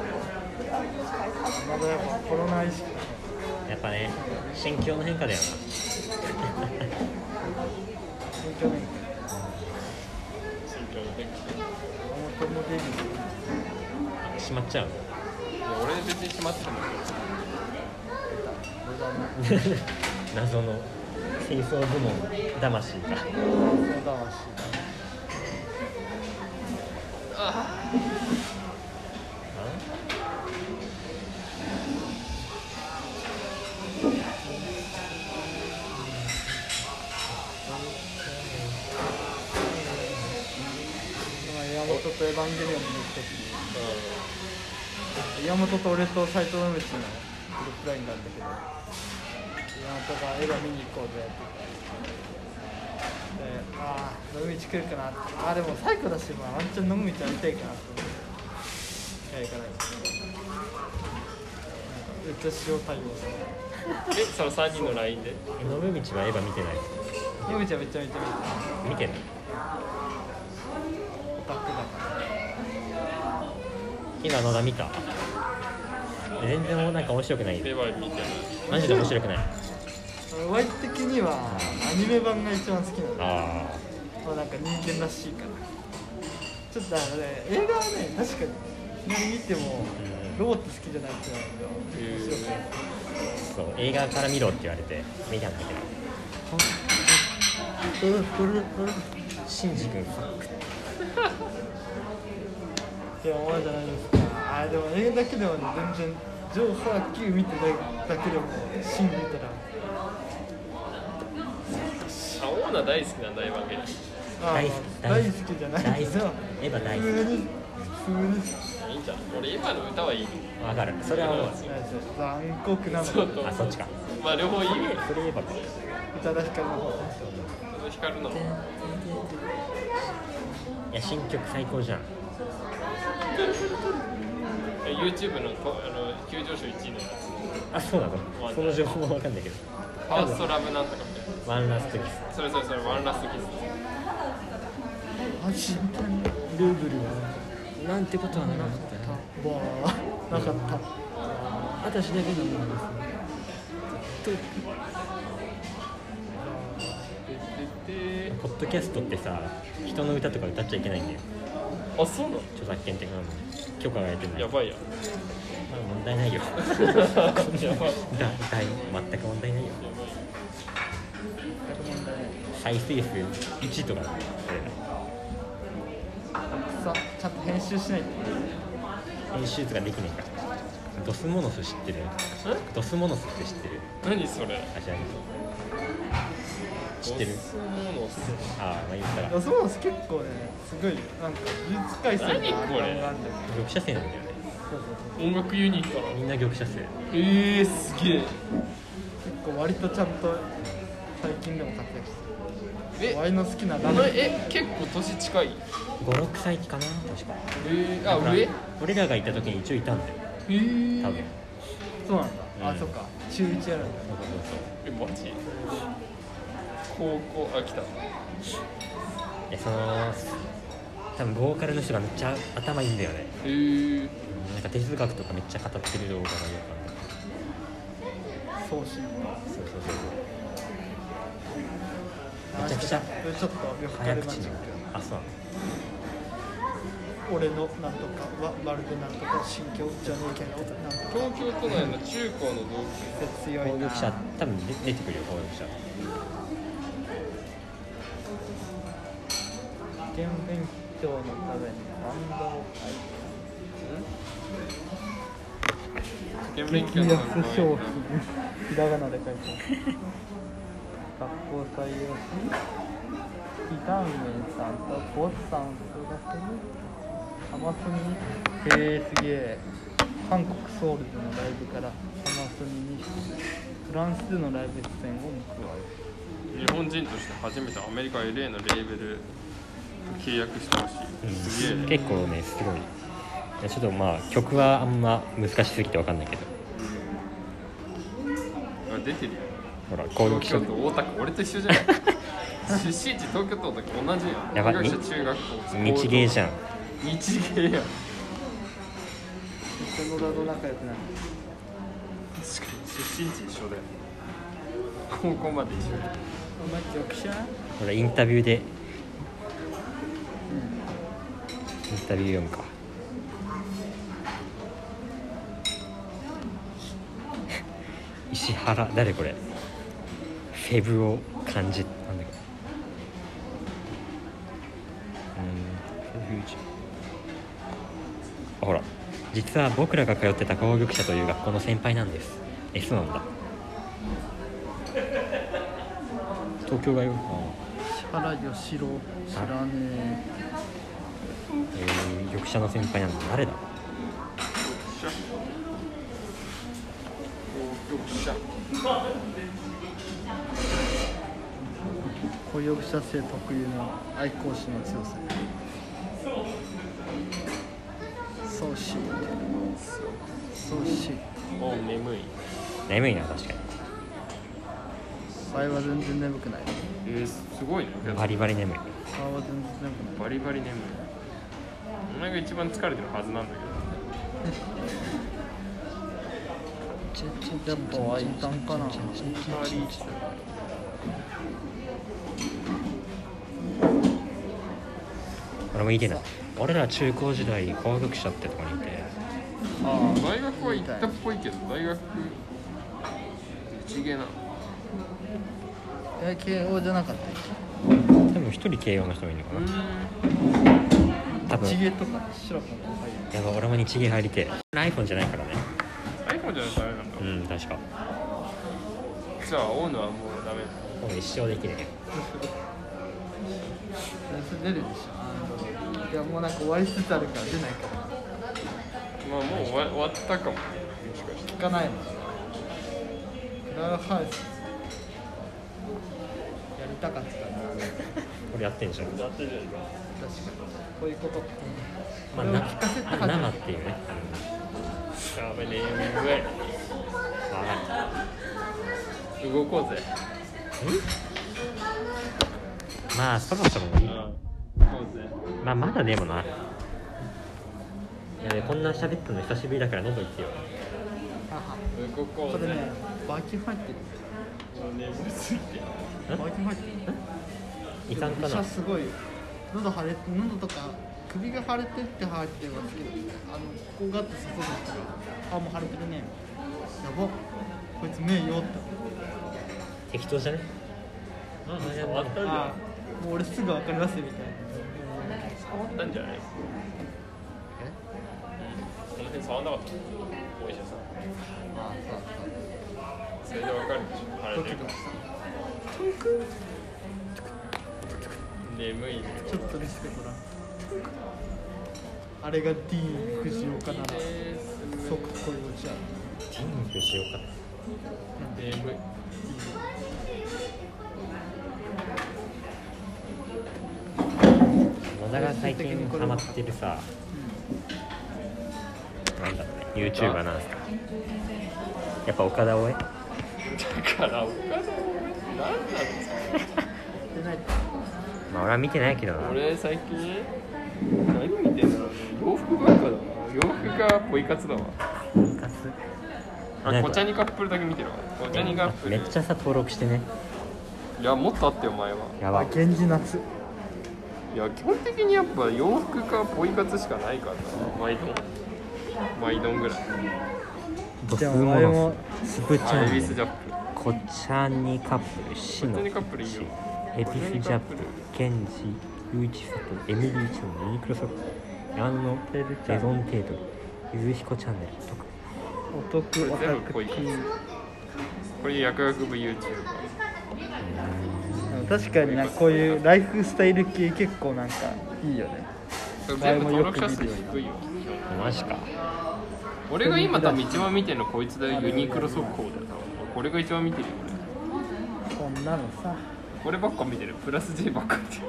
Speaker 2: まだやっぱコロナ意識だ。
Speaker 3: やっぱね心境の変化だよな。
Speaker 2: 心境変化。
Speaker 1: 心境の変化。
Speaker 2: 岡本もデビュー。
Speaker 3: しまっちゃうの。
Speaker 1: いや、俺別に閉まってたんだ
Speaker 3: 謎の清掃部門魂が。
Speaker 2: 山本とエヴァンゲリオン見に行った時に、山本と俺と斎藤野口のグループラインなんだけど、山本が映画見に行こうぜって言って、で、ああ、野口来るかなって、ああ、でも最後だし、まあ、ワンチャン野口やりたいかなと思って、いや、行かないです。めっちゃ塩対応して。
Speaker 1: え、そのさんにんの ライン で
Speaker 3: 野口はエヴァ見てない。
Speaker 2: 野口はめちゃめちゃ見てる。
Speaker 3: 見てない。
Speaker 2: オタクだから。
Speaker 3: 今野田見た。全然なんか面白くない。
Speaker 1: レバー見てない。
Speaker 3: マジで面白くない。
Speaker 2: ワイ的にはアニメ版が一番好きなの。
Speaker 3: あ
Speaker 2: まあなんか人間らしいから。ちょっとあのね、映画はね、確かに何見てもロボット好きじゃないって言われるけど、面白くない。
Speaker 3: あ、そう映画から見ろって言われて見たんだけど。シンジ君ファック
Speaker 2: って思うじゃないですか。あ、でも映画だけでもね、全然ジョーサーきゅう見てないだけでもシン見たら
Speaker 1: あ、オーナ大好きなんだ、エヴァンゲリオン。
Speaker 2: あ
Speaker 3: 大好き
Speaker 2: 大好きじゃないけど、
Speaker 3: 大好きエヴァ大好き。
Speaker 2: 普通に普通に
Speaker 1: いいんじゃん。俺今の歌はいい。
Speaker 3: 分かる、それは思う。
Speaker 2: 残酷なの
Speaker 1: そうと
Speaker 3: あ、そっちか。
Speaker 1: まあ両方いいよ。
Speaker 3: それ言えばか。
Speaker 2: 宇多田ヒカルの方
Speaker 1: 光るの。
Speaker 3: いや、新曲最高じゃん。
Speaker 1: え YouTube のとあの急上昇いちいのやつ。
Speaker 3: あ、そうなの。その情報も分かんないけど。
Speaker 1: ファーストラブなんとかみたいな。
Speaker 3: ワンラストキス。
Speaker 1: それそれそれワンラストキス。
Speaker 2: あ、真剣にルーブルは
Speaker 3: なんてことはなかっ
Speaker 2: わあ、なかった。
Speaker 3: 私だけのものです。ポッドキャストってさ、人の歌とか歌っちゃいけないんだよ。
Speaker 1: あ、そうなの？
Speaker 3: 著作権的なのに許可が得てない。
Speaker 1: やばいや。
Speaker 3: まあ問題ないよ。
Speaker 1: やばい。
Speaker 3: だ、だい全く問題ないよ。再生数いちとかだよ。
Speaker 2: さ、ちゃんと編集しないと。
Speaker 3: 編集とかできないから。ドスモノス知ってる？ドスモノスって知ってる？
Speaker 1: 何それ？
Speaker 3: あ、知らない。知ってる？
Speaker 1: ドスモノス。
Speaker 3: ああ、まあ言ったら。
Speaker 2: ドスモノス結構ね、すごいなんか技術改正
Speaker 1: 何これ
Speaker 3: 玉社生なんだよね。
Speaker 1: 音楽ユニットなの？
Speaker 3: みんな玉社生。
Speaker 1: えー、すげえ。
Speaker 2: 結構割とちゃんと最近でも活躍してる。
Speaker 1: え、
Speaker 2: ワイの好きな
Speaker 1: お
Speaker 2: ラ
Speaker 1: 前え結構年近い？
Speaker 3: ご、ろくさいかな確か。
Speaker 1: えー、あ、
Speaker 3: だから
Speaker 1: 上？
Speaker 3: 俺らがいた時に一応いたんだよ。
Speaker 1: えー、
Speaker 3: 多分。
Speaker 2: そうなんだ。あ、
Speaker 3: うん
Speaker 2: そっか。中いちやるんだ。
Speaker 3: そうそうそう。
Speaker 1: え、マジ？高校、あ、来た。
Speaker 3: で、その多分ボーカルの人がめっちゃ頭いいんだよね。
Speaker 1: えー、
Speaker 3: なんか哲学とかめっちゃ語ってる動画がよくある。
Speaker 2: 送信。
Speaker 3: そうそうそうめちゃくちゃ
Speaker 2: ちょっとよく
Speaker 3: 早口の。あ、そう。
Speaker 2: 俺のなんとかはまるでなんとか心境じゃねえけどなんとか
Speaker 1: 東京都内の中高の同級
Speaker 2: 強いな。
Speaker 3: 攻撃者多分出出てくるよ攻撃者。
Speaker 2: 受験勉強のためにバンドを
Speaker 1: 生。受験勉強
Speaker 2: 激
Speaker 1: の
Speaker 2: 安商品ひらがなで書いてある。学校採用しイタンメンさんとボッサン育てるハマスにへえすげえ韓国ソウルでのライブからハマスにフランスでのライブ出演を加える。
Speaker 1: 日本人として初めてアメリカ エルエー のレーベルと契約したらしい。すげえ。
Speaker 3: 結構ねすごい。いやちょっとまあ曲はあんま難しすぎてわかんないけど。
Speaker 1: あ、出てるよ。
Speaker 3: ほら攻撃者
Speaker 1: 東京。都大田区、俺と一緒じゃない。出身地東京都大田区同じやん。
Speaker 3: やばい
Speaker 1: 大学者中学校。
Speaker 3: 日芸じゃん。
Speaker 1: 日芸やん。
Speaker 2: めっちゃ野田と仲良くなる。
Speaker 1: 確かに出身地一緒だよ。高校まで一緒や。
Speaker 2: お前局者？
Speaker 3: ほらインタビューでインタビュー読むか。石原誰これ？フェブを感じなんだこれ。うんフェブジほら実は僕らが通ってた工玉社という学校の先輩なんです。え、そうなんだ。東京がよ。
Speaker 2: 石原義郎知らね
Speaker 3: えー、玉社の先輩なんだ。誰だ？
Speaker 1: 高局者。
Speaker 2: え。雇用者性特有の愛好心の強さ。そうしそうし
Speaker 1: もう眠い。
Speaker 3: 眠いな確かに。
Speaker 2: 場合は全然眠くない。
Speaker 1: えー、すごいね。
Speaker 3: バリバリ眠い。
Speaker 2: 場合は全然眠くない。
Speaker 1: バリバリ眠い。お前が一番疲れてるはずなんだけ
Speaker 2: やっぱワイタンかな。
Speaker 3: 俺もいてな。俺ら中高時代工学者ってとこにいて。
Speaker 2: あ
Speaker 1: ど。大学は行ったっぽいけど、大学日芸なの。
Speaker 2: え、慶応じゃなかったっ
Speaker 3: 多分一人慶応の人もいるのか
Speaker 1: う
Speaker 3: な。多分。
Speaker 2: け？地芸とか白くも入る。
Speaker 3: やば俺も日芸入りてえ。iPhone じゃないからね。
Speaker 1: iPhone じゃないとダメなんだ。
Speaker 3: うん確か。
Speaker 1: じゃあ大野はもうダメ。
Speaker 3: もう一生できねえよ。
Speaker 2: それ出るでしょ。いやもうなんか終わりつつあるから出ないから。
Speaker 1: まあもう終わ終わったかも。もしかして。
Speaker 2: 聞かないもん。クラブハウスやりたかったな。
Speaker 3: これやってんじゃん。
Speaker 1: やってるじゃないか。
Speaker 2: 確かにこういうことって
Speaker 3: まあ、
Speaker 2: これを
Speaker 3: な
Speaker 2: 聞かせて
Speaker 3: あ生っていうね。
Speaker 1: やべねえ、動こうぜ。
Speaker 3: まあそろそろもいい。
Speaker 1: うん。動こうぜ。
Speaker 3: まあまだでもな。いやねこんな喋ったの久しぶりだから喉いってよ。
Speaker 2: はは
Speaker 1: 動こうぜ。
Speaker 2: これねバキ入ってる。
Speaker 1: もう眠すぎて。
Speaker 2: バキ入ってる。
Speaker 3: いかんかな。
Speaker 2: 医者すごい喉腫れて喉とか首が腫れてって入ってますけど、あのここがあって外だったらあもう腫れてるね。やばこいつ目よって。
Speaker 3: 適当じゃね。ああやばい。
Speaker 1: 終わったんじゃ
Speaker 2: あもう俺すぐ分かりますよみたいな。
Speaker 1: 触ったんじゃない？この辺触んなかった。お医者さん。
Speaker 2: あそう
Speaker 1: それでわかるでしょ。腫れてるから。眠いね。
Speaker 2: ちょっと見せてごらん。あれが D 藤岡なら即恋落ち合う。
Speaker 3: ティーンしようかな。
Speaker 1: 眠い。
Speaker 3: 野田が最近ハマってるさ、なんだろうね、YouTuber なんすか。やっぱ岡田大江。
Speaker 1: だから岡田何なんですか。
Speaker 2: でない
Speaker 3: まあ俺は見てないけどな。
Speaker 1: 俺最近何見てんだろうね。洋服ばっかだな。洋服がポイ活だわ。
Speaker 3: ポイ活。
Speaker 1: あ、コチャニカップルだけ見てるわ。コチャニカップル。
Speaker 3: めっちゃさ登録してね。
Speaker 1: いやもっとあってよ前は。
Speaker 3: やばい。
Speaker 2: 源氏夏。
Speaker 1: いや基本的にやっぱ洋服かポイ活しかないからな。毎度毎度ぐらい。
Speaker 3: ボス
Speaker 2: でも
Speaker 3: モノ
Speaker 2: あれも
Speaker 3: ス、スプチ
Speaker 1: あ
Speaker 3: ャンネル、
Speaker 1: エビスジャップ。
Speaker 3: コチャニカップル、シノ
Speaker 1: コチャニカップルいいよ。
Speaker 3: エビスジャップ、ケンジ、ユーチサト、エミリーチョン、ユニクロソフト、ヤンノ、レゾンテートル、ゆずひこチャンネルとか。
Speaker 2: お得オタク
Speaker 1: これ全部恋活これ薬学部 YouTuber。
Speaker 2: 確かになこういうライフスタイル系結構なんかいいよね。
Speaker 1: 全部登録者数低いよ。
Speaker 3: マジか。
Speaker 1: 俺が今多分一番見てるのこいつだよ。ユニクロ速報だよ。これが一番見てるよ
Speaker 2: こんなのさ
Speaker 1: 俺。こればっか見てる。プラス J ばっか見てる。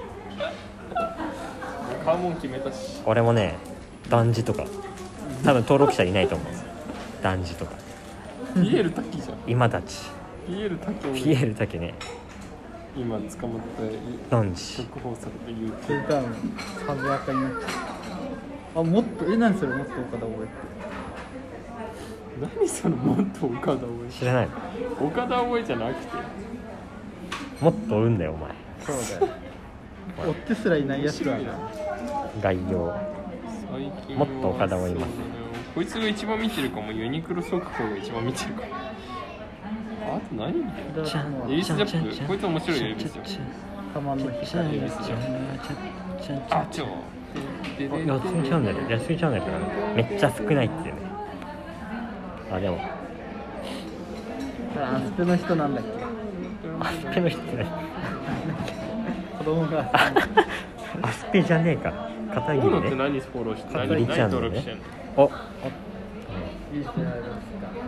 Speaker 1: 買うもん決めたし。
Speaker 3: 俺もね、男児とか、多分登録者いないと思う。男児とか。
Speaker 1: ピエール滝じゃん。
Speaker 3: 今たち。
Speaker 1: ピエール滝
Speaker 3: ピエールだけね、
Speaker 1: 今捕まって
Speaker 3: 男児。
Speaker 1: 釈放されて言う
Speaker 2: それ多分はずやかにあもっとえ何それもっと岡田覚え
Speaker 1: 何そのもっと岡田大
Speaker 3: 知らないの。
Speaker 1: 江岡田大江じゃなくて
Speaker 3: もっと追うんだよ、お前。
Speaker 2: そうだよ追ってすらいないやつだな。
Speaker 3: 概要。
Speaker 1: 最近
Speaker 3: もっと岡田大江います。
Speaker 1: そうだねこいつが一番見てるかも。ユニクロ速報が一番見てるかも。あと何見てる
Speaker 2: だからもう
Speaker 1: エビスジャップこいつ面白いよエビスジャップ
Speaker 2: たまんの光
Speaker 1: エビスジャップあちょ
Speaker 3: やつみチャンネル、やつみチャンネルがめっちゃ少ないっていうね。あ、でも、
Speaker 2: アスペの人なんだっけ
Speaker 3: アスペの人ね。
Speaker 2: 子供が
Speaker 3: アスペじゃねえか。片
Speaker 1: 大野って
Speaker 3: 桐ね。
Speaker 1: 何フォローして
Speaker 3: 片
Speaker 1: 何何
Speaker 3: 桐チャンネルね
Speaker 1: 登録してんの。
Speaker 3: お、お、
Speaker 2: いい人やるんですか。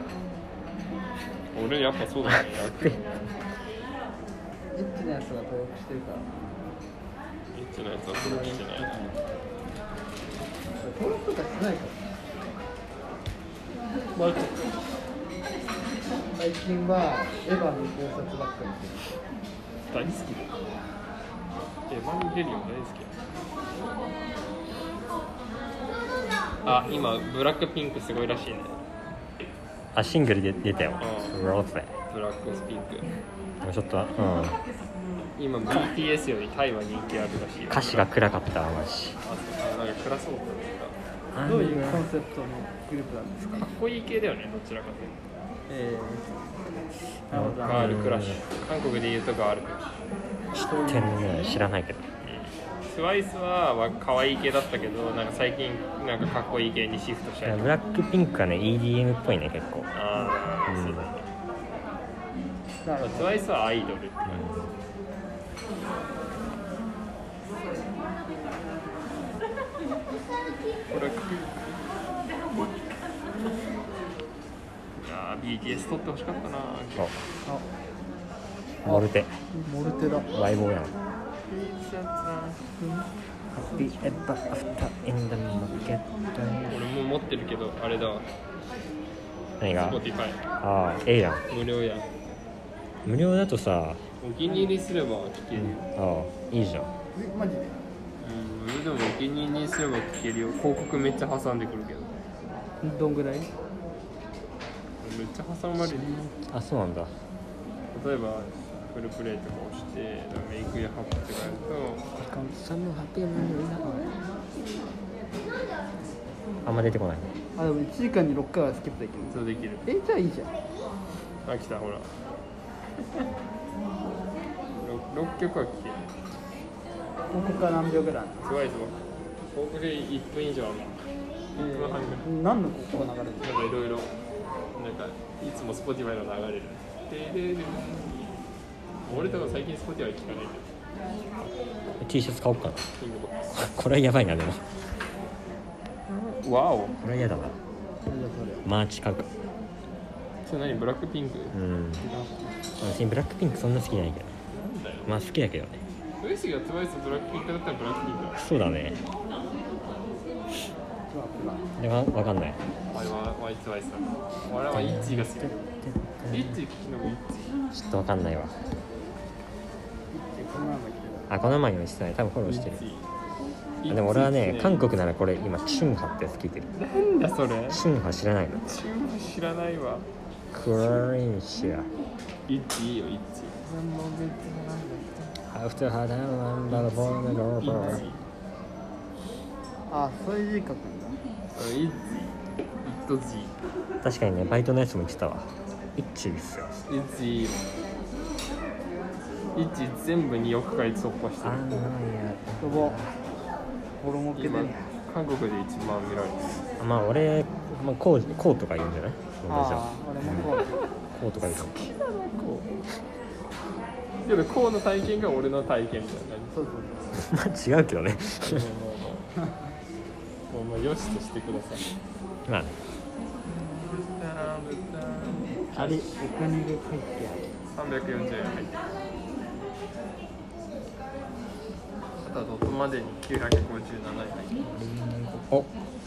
Speaker 1: 俺やっぱそうだね
Speaker 3: ペ。
Speaker 2: エッチなやつが登録してるから
Speaker 1: エッチなやつは登録してないな。
Speaker 2: 登録とかしないから
Speaker 1: マジ
Speaker 2: 最近はエヴァの考察ばっかりしてる。
Speaker 1: 大好きだよ。エヴァンゲリオン大好き。あ、今ブラックピンクすごいらしいね。
Speaker 3: あ、シングルで出たよ。
Speaker 1: うん
Speaker 3: ローゼ。
Speaker 1: ブラックピンク。
Speaker 3: ちょっと、うん。
Speaker 1: 今 ビーティーエス よりタイは人気あるらしいよ。
Speaker 3: 歌詞が暗かったわ、マジ。
Speaker 1: あ、なんか暗そうだった
Speaker 2: どういうコンセプトのグループなんですか。
Speaker 1: かっこいい系だよね、どちらかという
Speaker 2: えー、なるほど
Speaker 1: と。ガールクラッシュ。韓国で言うとガールクラッシュ。
Speaker 3: 知ってるね、知らないけど。
Speaker 1: スワイスは可愛い系だったけど、なんか最近なんかかっこいい系にシフトしたりとか。
Speaker 3: ブラックピンクはね、イーディーエム っぽいね、結構。
Speaker 1: ああ、
Speaker 3: うん
Speaker 1: そうだね。
Speaker 2: なるほ
Speaker 1: スワイスはアイドルって感じ。これビーティーエス 撮ってほしかったな。
Speaker 3: そう
Speaker 2: あ
Speaker 3: モルテ
Speaker 2: モルテだ。
Speaker 3: ワイボーやん。
Speaker 1: ハ
Speaker 3: ッピーエバーアフターインダマーケット。
Speaker 1: 俺もう持ってるけどあれだわ。
Speaker 3: 何が？
Speaker 1: Spotify
Speaker 3: ああ、ええやん。
Speaker 1: 無料や。
Speaker 3: 無料だとさ、
Speaker 1: お気に入りすれば聞けるよ。
Speaker 3: ああ、いいじゃん。
Speaker 2: えマジで
Speaker 1: うん、でもお気に入りすれば聞けるよ。広告めっちゃ挟んでくるけど。
Speaker 2: どんぐらい？
Speaker 1: めっちゃ挟まれる。
Speaker 3: あ、そうなんだ。
Speaker 1: 例えばフルプレイとか押してメイクやハップとかやる
Speaker 3: あんま出てこない。
Speaker 2: あでもいちじかんにろっかいはスキップできる。
Speaker 1: とそうできる。
Speaker 2: えじゃあいいじゃん。
Speaker 1: あ、来たほら。ろっきょくは聞ける。
Speaker 2: ここから何秒ぐらい？
Speaker 1: すごいぞ。広告でいっぷん以上あるの。いっぷんはんぐらい。
Speaker 2: 何のここ流れてる？
Speaker 1: なんかいろいろ、なんかいつも Spotify の流れる。ででで俺とか最近 Spotify 聞かないけど。
Speaker 3: T シャツ買おうかな。
Speaker 1: キングボックス。
Speaker 3: これはやばいなでも。
Speaker 1: わお。
Speaker 3: これは嫌だな。マーチ買うか。
Speaker 1: それ何ブラックピンク？
Speaker 3: うん。私ブラックピンクそんな好きじゃないけど。
Speaker 1: なんだよ。
Speaker 3: まあ好きだけどね。
Speaker 1: 上杉がトゥワイスブラックピンクだったらブラックピンクだ。
Speaker 3: そうだね。でもわかんない。
Speaker 1: あれはワイツワイスだ。俺はイッチーが好き。イッチー聞きのもイッチー。
Speaker 3: ちょっとわかんないわ。あ、この前にもしてない。多分フォローしてる。あでも俺はね、韓国ならこれ今チュンハってやつ聞いてる。
Speaker 1: なんだそれ。
Speaker 3: チュンハ知らないの？
Speaker 1: チュー知らないわ。
Speaker 3: クラリンシア。
Speaker 1: イッチーいいよイッチ
Speaker 3: ハフトハダンワンバラボーナローバー。
Speaker 2: あそういう字書くんだ。
Speaker 1: ー。イッチー。イットジ
Speaker 3: 確かにね、バイトのやつも言ってたわ。イッチーですよ。
Speaker 1: ー。イッチーいいよ。イッチー全部におくかい突破してる。
Speaker 3: あーや
Speaker 2: やば。俺もけで
Speaker 1: 今韓国で一番見られてる。
Speaker 3: あまあ俺、まあ、こうこうとか言うんじゃない？同じじゃん。
Speaker 2: ああ俺もこう。
Speaker 3: こうとか言うかも。
Speaker 1: けどこうの体験が俺の体験みたいな
Speaker 2: そうそう
Speaker 3: まあ違うけどね。
Speaker 1: 感じ。もうもうよしとしてください。
Speaker 3: まあ
Speaker 2: あれお金が書いてある。
Speaker 1: さんびゃくよんじゅうえん入ってる。あとはドットまでにきゅうひゃくごじゅうななえん入ってる。
Speaker 3: お。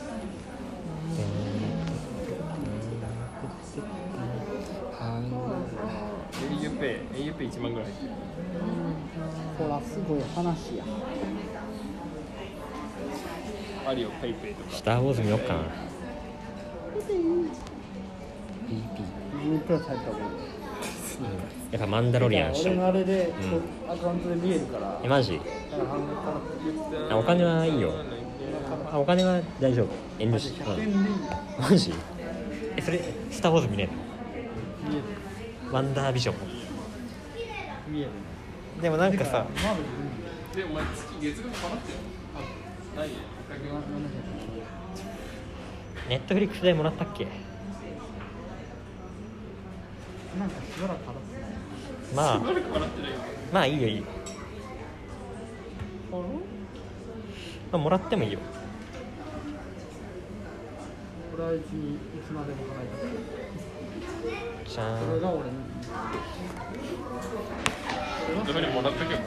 Speaker 1: エーユーペイ、エーユーペイいちまんぐらい入ってる。
Speaker 2: ほらすごい話や。
Speaker 1: アリオペイペイとか。
Speaker 3: スター・ウォーズ見よっかな。
Speaker 2: ずっと入った方がいい。
Speaker 3: やっぱマンダロリアンし
Speaker 2: 俺のあれで、
Speaker 3: うん
Speaker 2: アカウントで見えるから。
Speaker 3: えマジ？
Speaker 2: だから半分から
Speaker 3: あお金はいいよ。あお金は大丈夫。遠慮し
Speaker 2: ひゃくえんでいい。
Speaker 3: マジ？えそれスター・ウォーズ見れるの？
Speaker 2: 見える。
Speaker 3: ワンダービジョン。
Speaker 2: 見える。
Speaker 3: でもなんかさ、
Speaker 2: マーベル
Speaker 1: でもお前月月額払ってよ。あ、ないよ。
Speaker 3: ネットフリックスでもらったっけ？
Speaker 2: なんかしばらく払ってない。
Speaker 3: まあ
Speaker 1: しばらく払ってないよ。
Speaker 3: まあいいよいいよ。まあもらってもいいよ。
Speaker 2: 俺はうちにいつまでも払いたい。
Speaker 3: じゃ
Speaker 2: それが俺の。
Speaker 1: ネットフリもらっとけよ。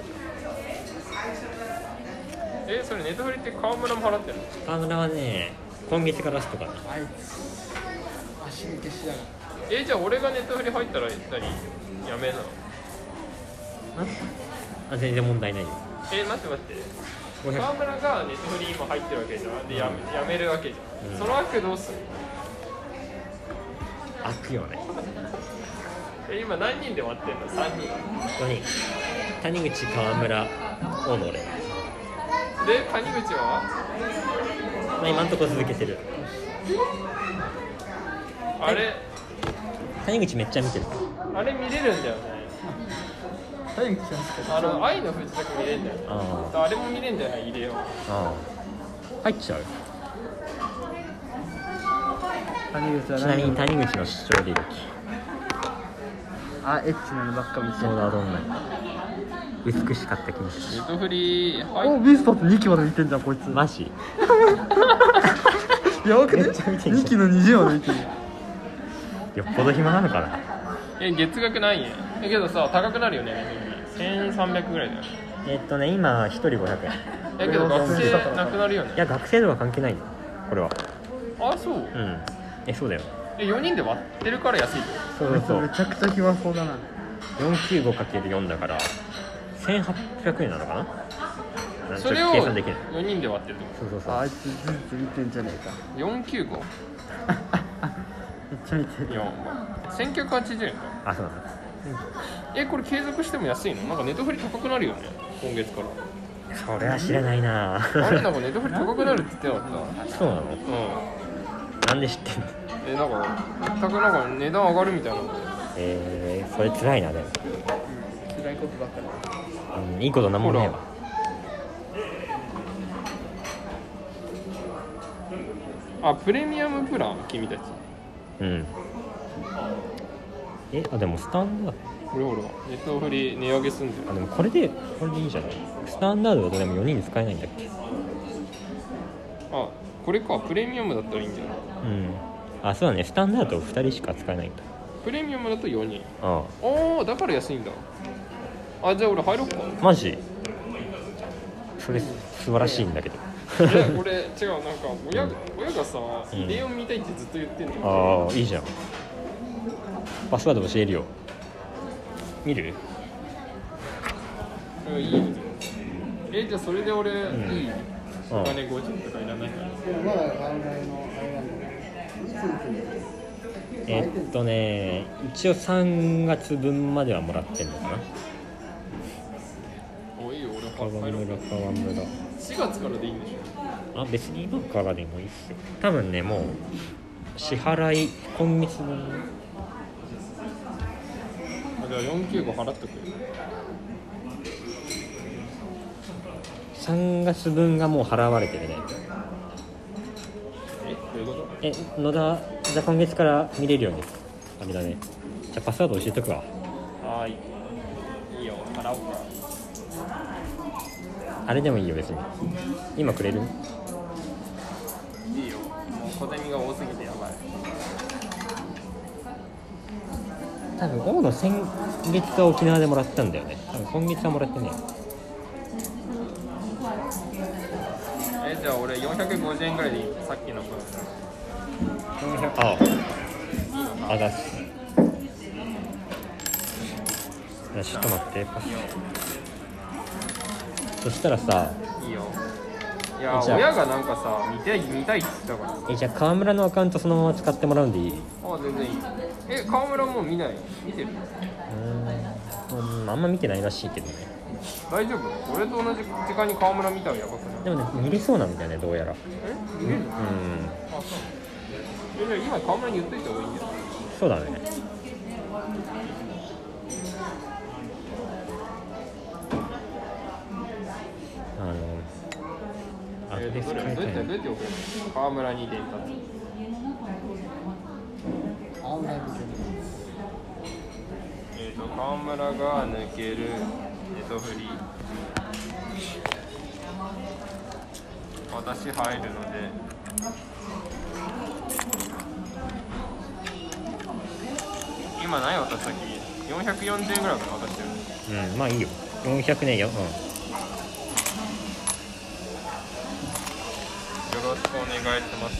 Speaker 1: え、それネットフリって川村も払ってるの？
Speaker 3: あ川村はね、今月からラストかな。
Speaker 2: あいつ足抜けしやがって。
Speaker 1: え、じゃあ俺がネットフリ入ったら何やめなの？
Speaker 3: あ全然問題ないよ。
Speaker 1: え、待って待って。
Speaker 3: ごひゃく
Speaker 1: 川村がネットフリ今入ってるわけじゃん。でやめ、やめるわけじゃん。
Speaker 3: うん
Speaker 1: その枠どうする？
Speaker 3: 開くよね。
Speaker 1: え、今何人で割ってんの？さんにん。
Speaker 3: ごにん。谷口、川村、大野俺。
Speaker 1: で、谷口は？
Speaker 3: まあ今んとこ続けてる。
Speaker 1: あれ、
Speaker 3: 谷口めっちゃ見てる。
Speaker 1: あれ見れるんだよね。
Speaker 2: 谷口さんしか
Speaker 1: あの、愛の藤崎見れるんだよね。
Speaker 3: あ
Speaker 1: あれも見れるんだよね、入れよう。
Speaker 3: あ入っちゃう。
Speaker 2: 谷口は
Speaker 3: ちなみに谷口の視聴履歴。
Speaker 2: あエッチなのばっか見て
Speaker 3: そうだどんな美しかった金
Speaker 1: ネ
Speaker 3: 子。
Speaker 1: ットフリ入っ
Speaker 2: おビスタってにきまで見てんじゃんこいつ。
Speaker 3: マジ？
Speaker 2: やばくね？
Speaker 3: めっちゃ見てんじゃん
Speaker 2: にきのにじゅうまで見てる。
Speaker 3: よっぽど暇なのかな。
Speaker 1: え月額ないんや。えけどさ高くなるよね。せんさんびゃくぐらいだよね。
Speaker 3: えっとね今ひとりごひゃくえん。
Speaker 1: えけど学生なくなるよね。
Speaker 3: いや学生とか関係ないよこれは。
Speaker 1: あそう。
Speaker 3: うんえそうだよ。
Speaker 1: えよにんで割ってるから安いよ。
Speaker 3: そうそうそう
Speaker 2: めちゃくちゃ暇そうだな。
Speaker 3: よんきゅうごかけるよん だからせんはっぴゃくえんなのかな。
Speaker 1: それを
Speaker 3: 計算できない。
Speaker 1: よにんで割ってるってこ
Speaker 3: そうそうそう
Speaker 2: あいつずつ見てんじゃねえか。
Speaker 1: と。よんきゅうご。
Speaker 2: めっちゃ見てる。
Speaker 1: いやせんきゅうひゃくはちじゅうえんか。
Speaker 3: あそうなの。
Speaker 1: えこれ継続しても安いの？なんかネットフリ高くなるよね今月から。
Speaker 3: それは知らないな。
Speaker 1: あれなんかネットフリ高くなるって言ってなかっ
Speaker 3: そうなの。
Speaker 1: た？うん。
Speaker 3: なんで知ってんの。
Speaker 1: えなんか全くなんか値段上がるみたいなので。
Speaker 3: えー、それ辛いなでも、
Speaker 2: 辛いことばっかり。
Speaker 3: うん、いいことなんもねえわ。
Speaker 1: あプレミアムプラン君たち。
Speaker 3: うんえあでもスタンダード
Speaker 1: ほらほらネットフリ値上げすんだよ。
Speaker 3: あでもこれでこれでいいじゃない。スタンダードだとでもよにん使えないんだっけ。
Speaker 1: あこれかプレミアムだったらいいんじゃない？
Speaker 3: うんあそうだねスタンダードふたりしか使えないんだ。
Speaker 1: プレミアムだとよにん。
Speaker 3: あ
Speaker 1: ああだから安いんだ。あじゃあ俺入ろっか。
Speaker 3: あマジそれ素晴らしいんだけど。
Speaker 1: いや俺違うなんか親が親がさ
Speaker 3: うん
Speaker 1: ビデオ見たいってずっと言ってんのよ。
Speaker 3: ああいいじゃん。パスワード教えるよ。見る。
Speaker 1: うんいいよ。えじゃあそれで俺、
Speaker 3: ん
Speaker 1: いい
Speaker 3: うん
Speaker 1: お金ごじゅうとかいらないから。
Speaker 2: まだ考えのあれなんだけど。いつ行くの？
Speaker 3: えっとね一応さんがつぶんまではもらってんのかな。
Speaker 1: おいいよ
Speaker 3: 川
Speaker 1: 俺入ろう
Speaker 3: 村
Speaker 1: か。
Speaker 3: 川村
Speaker 1: しがつからでいいんでしょ。
Speaker 3: あ別に今からでもいいっすよ。多分ねもう支払い今月分
Speaker 1: あじゃあよんきゅうご払っとくよ。
Speaker 3: さんがつぶんがもう払われてるね。
Speaker 1: えどういうこと？
Speaker 3: え野田じゃあ今月から見れるようにあれだね。じゃあパスワード教えとくわ。
Speaker 1: はーいいいよ払おうか。
Speaker 3: あれでもいいよ別に今くれる。
Speaker 1: いいよもう小銭が多すぎてやばい。
Speaker 3: 多分大野先月は沖縄でもらったんだよね。多分今月はもらってね
Speaker 1: えじゃあ俺よんひゃくごじゅうえんぐらいでいい。さっきの分
Speaker 3: あああだす。いやちょっと待ってパス
Speaker 1: いいよ
Speaker 3: そしたらさ
Speaker 1: いいよ。いや
Speaker 3: じゃあ
Speaker 1: 親がなんかさ見たい見たいって言ったから。
Speaker 3: えじゃあ川村のアカウントそのまま使ってもらうんでいい。
Speaker 1: あ全然いい。え川村もう見ない見てる？
Speaker 3: うーんうんあんま見てないらしいけどね。
Speaker 1: 大丈夫？俺と同じ時間に川村見たらやばくない？
Speaker 3: でもね見れそうなんだよねどうやら。
Speaker 1: え見れるの？
Speaker 3: うん
Speaker 1: あそう。えじゃあ今川村に言っといた方がいいんじゃない？
Speaker 3: そうだね。あのアドレス
Speaker 1: えーとどれ
Speaker 3: 変えたい
Speaker 1: どうやってどうやって送るの？川村に伝達。
Speaker 2: あんまり見てる。
Speaker 1: えーと川村が抜けるネトフリ。私入るので。今何渡したっけ？よんひゃくよんじゅうえんぐらいから渡してる。
Speaker 3: うんまあいいよよんひゃくねんよ。うん
Speaker 1: よろしくお願いします。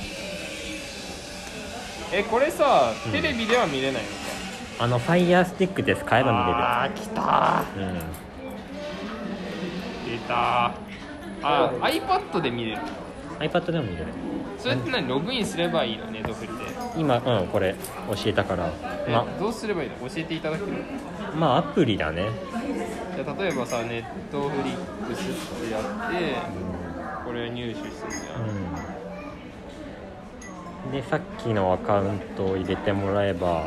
Speaker 1: えこれさ、
Speaker 3: うん
Speaker 1: テレビでは見れないのか？
Speaker 3: あのファイヤースティックで使えば
Speaker 1: あー来た
Speaker 3: 見れる。
Speaker 1: ー出たー。あ iPad で見れる。
Speaker 3: うん iPad でも見れる。
Speaker 1: それって何ログインすればいいの？ネットフリで。
Speaker 3: 今うんこれ教えたから
Speaker 1: え
Speaker 3: ま
Speaker 1: どうすればいいの？教えていただける？
Speaker 3: まあアプリだね。
Speaker 1: じゃあ例えばさネットフリックスってやってこれ入手するじゃん。
Speaker 3: うんでさっきのアカウントを入れてもらえば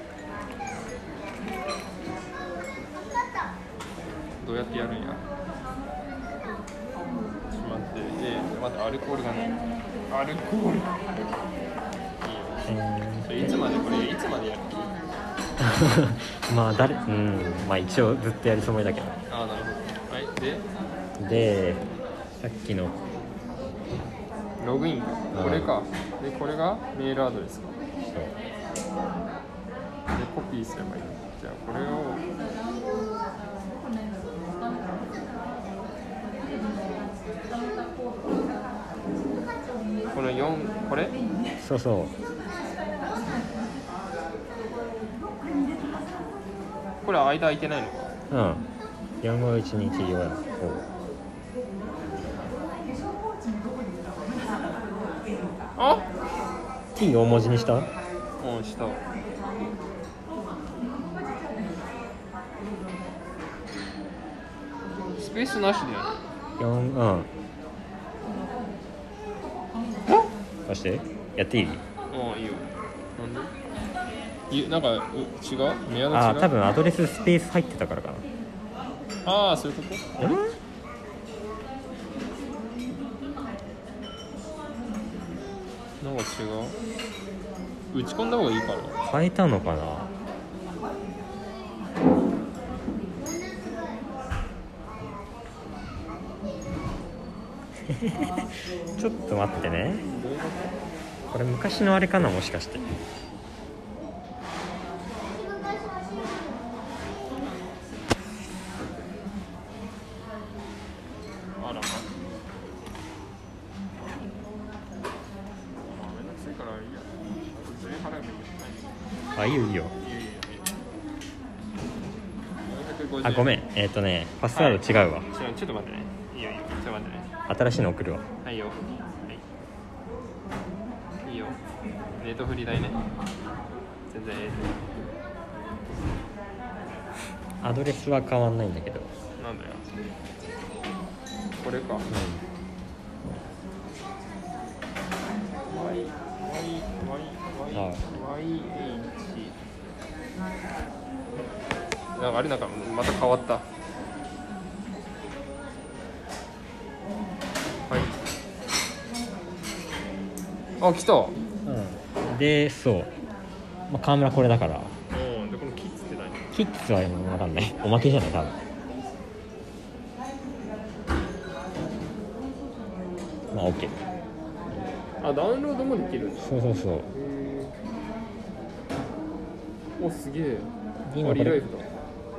Speaker 1: どうやってやるんや？ちょっと待ってで待ってアルコールがない。アルコールいいよ。
Speaker 3: え
Speaker 1: それいつまでこれいつまでやる気？
Speaker 3: ーまあ誰うんまあ一応ずっとやるつもりだけど。
Speaker 1: ああなるほど。はいで
Speaker 3: でさっきの
Speaker 1: ログインか
Speaker 3: うん
Speaker 1: これか。でこれがメールアドレスか。
Speaker 3: そう
Speaker 1: コピーすればいい。じゃあこれをこのよんこれ
Speaker 3: そうそう
Speaker 1: これ間空いてないのか。
Speaker 3: うんよんごいちにちよん
Speaker 1: あ
Speaker 3: T 大文字にした。
Speaker 1: うんしたスペースなしでやる。
Speaker 3: よんうんそしてやっていい。
Speaker 1: うんいいよ。なんでいなんかう違う目安違う。
Speaker 3: ああ多分アドレススペース入ってたからかな。
Speaker 1: ああそういうこと。
Speaker 3: うん
Speaker 1: なんか違う打ち込んだ方がいいかな。
Speaker 3: 変えたのかな。ちょっと待ってね。
Speaker 1: どういうこ
Speaker 3: これ昔のあれかなもしかして。
Speaker 1: と。あらまあめんどくさいからいいや。税払えばいいよ。
Speaker 3: あいいよいいよ。
Speaker 1: いいよいいよいいよ。
Speaker 3: あごめんえっ、ー、とねパスワード違うわ、
Speaker 1: はい、ちょっと待ってね。いいよいいよ。ちょっと待ってね。
Speaker 3: 新しいの送るわ。
Speaker 1: はいよ。はい。いいよ。ネットフリ代ね。全然ええ。
Speaker 3: アドレスは変わんないんだけど。
Speaker 1: なんだよ。これか。
Speaker 3: うん
Speaker 1: Y Y Y
Speaker 3: あ
Speaker 1: Y H なんかあれなんかまた変わった。はいあ来た。
Speaker 3: うんでそう、まあ、川村これだから
Speaker 1: うんでこのキッズって何。
Speaker 3: キッズは分かんないおまけじゃない多分。まあ OK。
Speaker 1: あダウンロードもできるんだ。
Speaker 3: そうそうそう。
Speaker 1: へーおすげえ。
Speaker 3: 今これ
Speaker 1: あリライフだ。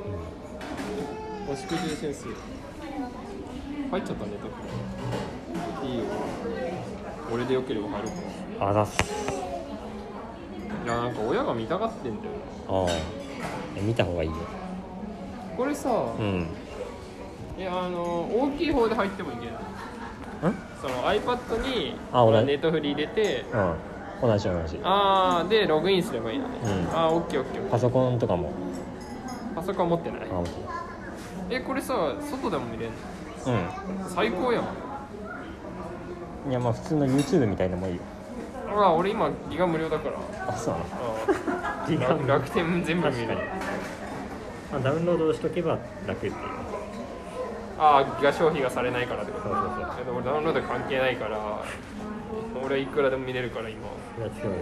Speaker 1: 圧縮充センス入っちゃったね多分。いいよ俺でよければ入るかも。
Speaker 3: あざっす。
Speaker 1: いやなんか親が見たがってんだよ。
Speaker 3: ああ見た方がいいよ。
Speaker 1: これさ、
Speaker 3: うん
Speaker 1: いやあの大きい方で入ってもいけない。
Speaker 3: ん
Speaker 1: その iPad に
Speaker 3: あ同じ
Speaker 1: ネットフリ入れて
Speaker 3: うん同じ同じ。
Speaker 1: あーでログインすればいいのね。
Speaker 3: うん
Speaker 1: あーオッケーオッケー。
Speaker 3: パソコンとかも。
Speaker 1: パソコン持ってない。
Speaker 3: あ OK。
Speaker 1: えこれさ外でも見れるの。
Speaker 3: う
Speaker 1: 最高やん。
Speaker 3: んいやまあ普通の YouTube みたいのもいいよ。
Speaker 1: ああ俺今ギガ無料だから。
Speaker 3: あそうなの。
Speaker 1: あー
Speaker 3: ギガ無料
Speaker 1: 楽楽天全部見れる。
Speaker 3: まあ、ダウンロードしとけば楽っていう。
Speaker 1: ああギガ消費がされないからってこと。
Speaker 3: そうそうそう。
Speaker 1: えでも俺ダウンロード関係ないから俺はいくらでも見れるから今。
Speaker 3: それは強いわ。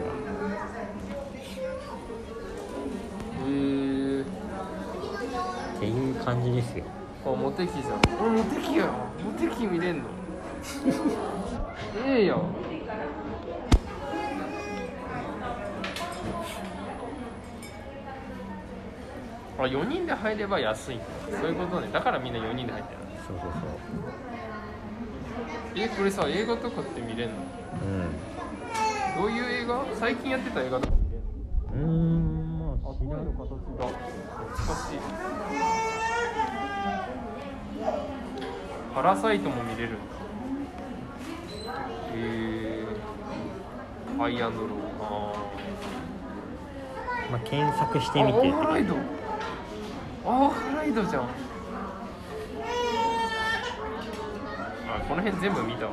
Speaker 1: へー
Speaker 3: っていう感じですよ。
Speaker 1: あモテキじゃん。あモテキやモテキ見れんの。ええやん。あよにんで入れば安いんだ。そういうことね。だからみんなよにんで入ってる。
Speaker 3: そうそう
Speaker 1: えこれさ映画とかって見れんの。
Speaker 3: そう
Speaker 1: どういう映画。最近やってた映画とか見れんの。
Speaker 3: うんうーんまあ
Speaker 1: あ
Speaker 3: 知らん。
Speaker 1: 声の形が懐かしい。パラサイトも見れるんだ。えー、ハイアンドロー。あ
Speaker 3: まあ検索して
Speaker 1: ー
Speaker 3: みてって
Speaker 1: あオーフライド。オーフライドじゃん。あこの辺全部見たわ。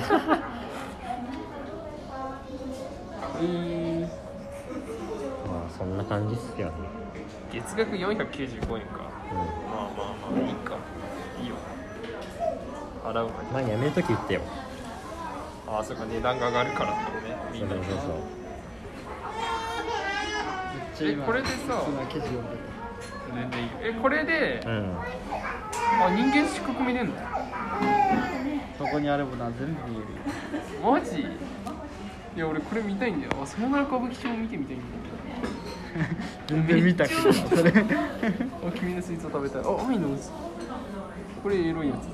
Speaker 1: えー、
Speaker 3: まあそんな感じっすよね。
Speaker 1: 月額よんひゃくきゅうじゅうごえんか。
Speaker 3: う
Speaker 1: まあまあまあいいか。いいよ。払うわ。
Speaker 3: んまあやめるとき言ってよ。
Speaker 1: ああそうか値段が上がるからってことね。みんな
Speaker 3: そうそうそう
Speaker 2: めっちゃ今
Speaker 1: えこれでさ
Speaker 2: 普通な記事読んで
Speaker 1: 全然いいよ。えこれで
Speaker 3: そううん
Speaker 1: あ人間失格見れんの。
Speaker 2: たそこにあるものは全部見えるよ。
Speaker 1: マジ。いや俺これ見たいんだよ。あそのなら歌舞伎町も見てみたいんだよ。
Speaker 2: 全然見たけどそれ
Speaker 1: お君のスイーツを食べたい。あ、愛の渦。これエロいやつ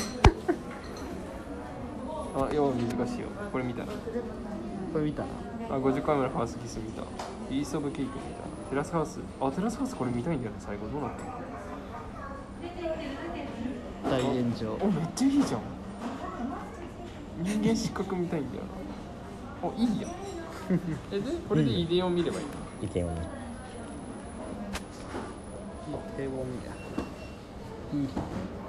Speaker 1: だ。あ、要は難しいよ。これ見たら。
Speaker 2: これ見た
Speaker 1: あ、ごじゅっかいめのハウスキス見た。イーストオブケーキ見た。テラスハウス。あ、テラスハウスこれ見たいんだよね、最後。どうなったの？
Speaker 2: 大炎上。
Speaker 1: お、めっちゃいいじゃん。人間失格見たいんだよな。お、いいや。え、で、これでイデオン見ればいいの？
Speaker 3: 意見をね。
Speaker 2: 平凡みたい。いい。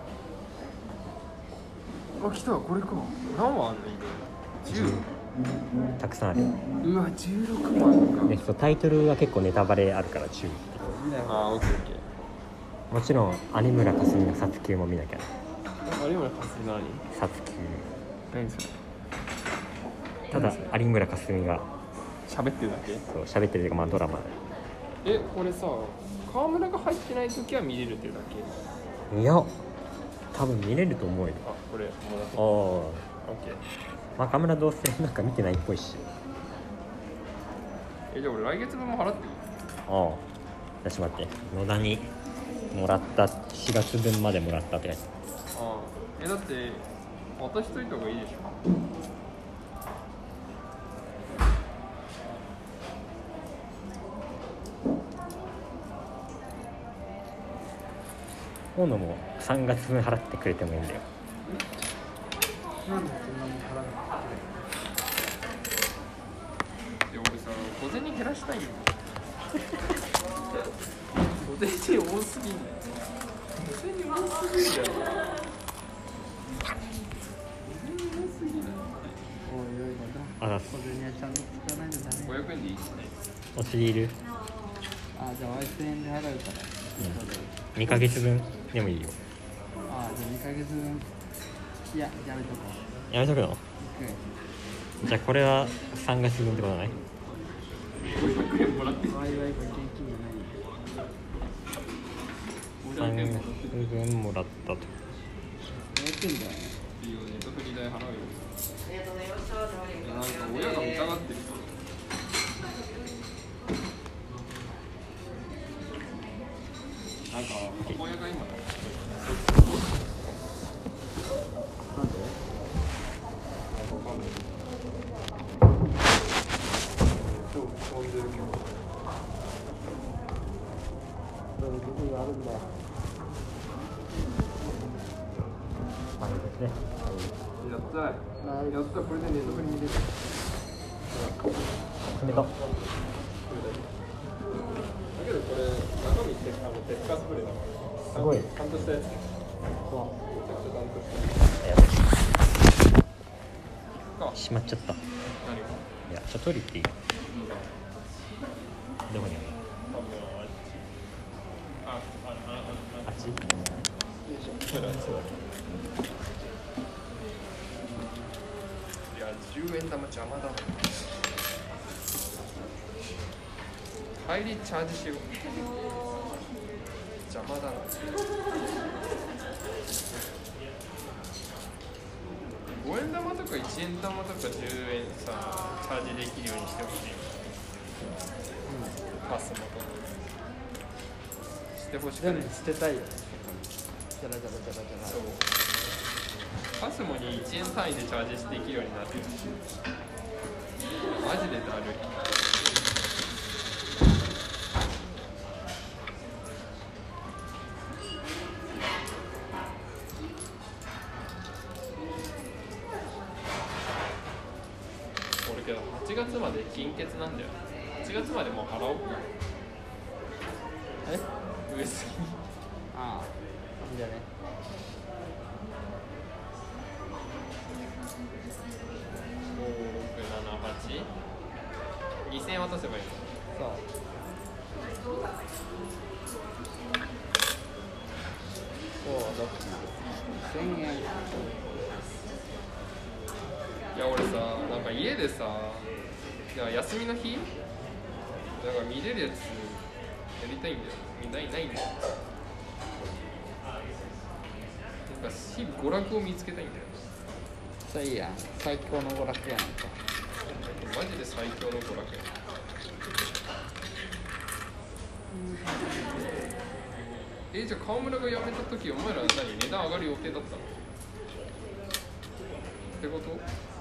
Speaker 1: あ、来た、これか。何話あんのイデオン？じゅう。
Speaker 3: たくさんある。
Speaker 1: うわ、じゅうろくもあるのか。
Speaker 3: でそうタイトルは結構ネタバレあるから注意。
Speaker 1: あー、オッケーオッケー。
Speaker 3: もちろん有村架純の殺球も見なきゃ。
Speaker 1: 有村架純何？
Speaker 3: 殺球。
Speaker 1: 何それ？
Speaker 3: ただ有村架純が
Speaker 1: 喋ってるだけ？
Speaker 3: そう喋ってるというかまあドラマ
Speaker 1: え、これさ、川村が入ってない時は見れるっていうだけ？
Speaker 3: で。いや多分見れると思うよ。
Speaker 1: あ、これもらって。
Speaker 3: ああ。
Speaker 1: オッケー。
Speaker 3: まあ河村どうせなんか見てないっぽいし。
Speaker 1: え、じゃあ俺来月分も払っていい？
Speaker 3: ああ。私待って野田にもらったしがつぶんまでもらったってやつ。
Speaker 1: ああ。え、だって渡しといた方がいいでしょ。
Speaker 3: 今度もさんがつぶん払ってくれてもいいんだよ。
Speaker 2: なんでそんなもん払わなか
Speaker 1: いや、俺さ、小銭減らしたいんだよ。小銭多すぎんだよ。小銭多すぎんだよ。
Speaker 2: おいおい
Speaker 3: あら、
Speaker 2: 小銭はちゃんと使わないとダメ。
Speaker 1: ごひゃくえんでいいですね。
Speaker 3: お釣りいる？
Speaker 2: あ、じゃあワイせんえんで払うから。
Speaker 3: にかげつぶんでもいいよ。
Speaker 2: あ、じゃあにかげつぶん。いや、やめとこう。
Speaker 3: やめとくの？
Speaker 2: うん
Speaker 3: じゃあこれはさんがつぶんってことない？
Speaker 1: ごひゃくえんもらって。
Speaker 2: ワイワイが現金がない。
Speaker 3: さんがつぶんもらったと。
Speaker 2: やってんだよね。
Speaker 1: いいよね、ネットフリ代払うよ。なんか親が疑ってるから。なんか母親が今
Speaker 2: なんで？
Speaker 1: わかんない。今日飛んでるけど。
Speaker 2: どこがあるんだよ。
Speaker 3: あれですね。
Speaker 1: やったー。やったー、これでネットフリ見れる。
Speaker 3: めた。
Speaker 1: だけどこれ中身ってあの鉄カスプレーだから。
Speaker 3: すごい。
Speaker 1: ちゃんとしたやつ。めちゃくちゃちゃんとした。
Speaker 3: やば
Speaker 1: か
Speaker 3: い。しまっちゃった。い
Speaker 1: 何が？
Speaker 3: や、ちょっとトイレ行っていい？どこにあるの？
Speaker 1: あ、あ、あ、
Speaker 3: あっち？
Speaker 1: いや、じゅうえん玉邪魔だな。帰りチャージしよう。邪魔だな。ごえん玉とかいちえん玉とかじゅうえんさ、チャージできるようにしてほしい。うん、パスもとしてほしくない。
Speaker 2: 全部捨てたいよね。じゃらじゃらじゃらじゃら。
Speaker 1: そう。パスモにいちえん単位でチャージできるようになってるし。マジでだるい。俺けどはちがつまで金欠なんだよ。はちがつまでもう払おうか。
Speaker 2: え？
Speaker 1: 上杉。
Speaker 2: ああ、いいんじゃね。
Speaker 1: ご、ろく、なな、はち。にせんえん渡せばいいの。
Speaker 2: そう。そうだってせんえん。
Speaker 1: いや俺さ、なんか家でさ、いや休みの日だから見れるやつやりたいんだよ。ないないんだよ。なんか日々娯楽を見つけたいんだよ。
Speaker 2: それいいやん。最高の娯楽やんか。
Speaker 1: マジで最強の娯楽や。 えじゃあ川村が辞めた時お前ら何値段上がる予定だったのってこと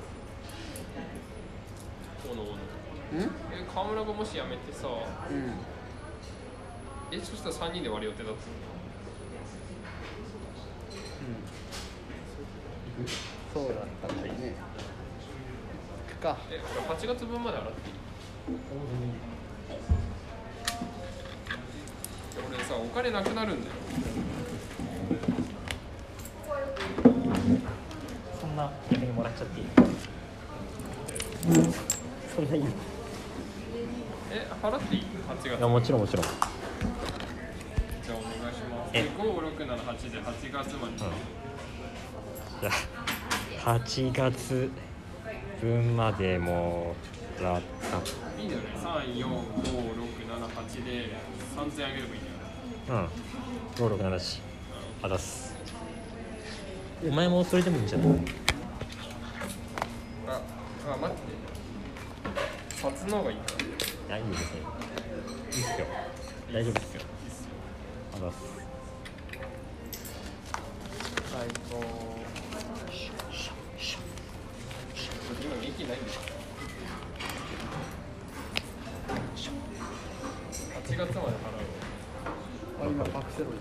Speaker 1: おのおの
Speaker 2: うん
Speaker 1: え川村がもし辞めてさ
Speaker 2: うん
Speaker 1: えそしたらさんにんで割る予定だったの
Speaker 2: そうだったんだよね行くか
Speaker 1: えこれはちがつぶんまで払っていい俺さお金なくなるんだよ
Speaker 3: そんな逆にもらっちゃっていいそんないいの
Speaker 1: え払っていい はちがつ
Speaker 3: いやもちろんもちろん
Speaker 1: じゃあお願いします
Speaker 3: え
Speaker 1: ご、ろく、なな、はちではちがつまで、
Speaker 3: じゃあはちがつ分までもらった
Speaker 1: いいんだよねさん、よん、ご、ろく、なな、はちでさんぜんあげればいいんだよね
Speaker 3: うんごろくななしあだすお前もそれでもいいんじゃない
Speaker 1: あ、あ、待って札の方がいいか
Speaker 3: いやいいですねいいっすよ大丈夫ですよあだす
Speaker 2: 最高
Speaker 1: 今元気ないんでしょはちがつまで払う
Speaker 2: あ今パクセロイ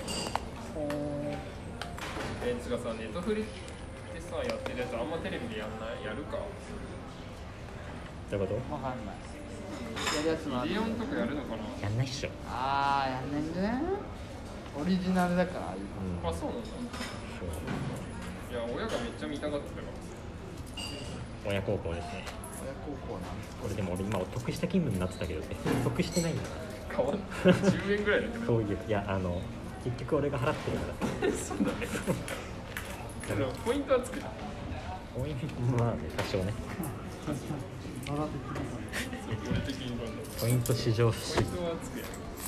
Speaker 1: えつがさネットフリってさやってるやつあんまテレビでやんないやるか
Speaker 3: どういうこ
Speaker 2: わかんないやるやつもある
Speaker 1: ビデオンとかやるのかな
Speaker 3: とやんないっしょ
Speaker 2: あーやんないんじゃないオリジナルだからああいうの
Speaker 3: うん
Speaker 1: あそうなんだいや親がめっちゃ見たがってたから
Speaker 3: 親孝行ですね
Speaker 2: 親孝行なん
Speaker 3: これでも俺今得した気分になってたけどね得してないんだ
Speaker 1: 変わんないじゅうえんぐらいだけど
Speaker 3: そういういやあの結局俺が払ってるから
Speaker 1: そうだねでもポイントはつくな
Speaker 3: 多いまあね多少ね
Speaker 1: 俺的に今度
Speaker 3: ポイント市場不
Speaker 1: ポイン
Speaker 3: 思議
Speaker 1: トはつく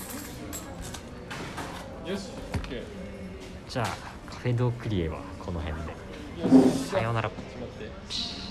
Speaker 1: やよし OK
Speaker 3: じゃあカフェドクリエはこの辺で
Speaker 1: よし
Speaker 3: さようなら
Speaker 1: ちょっと待って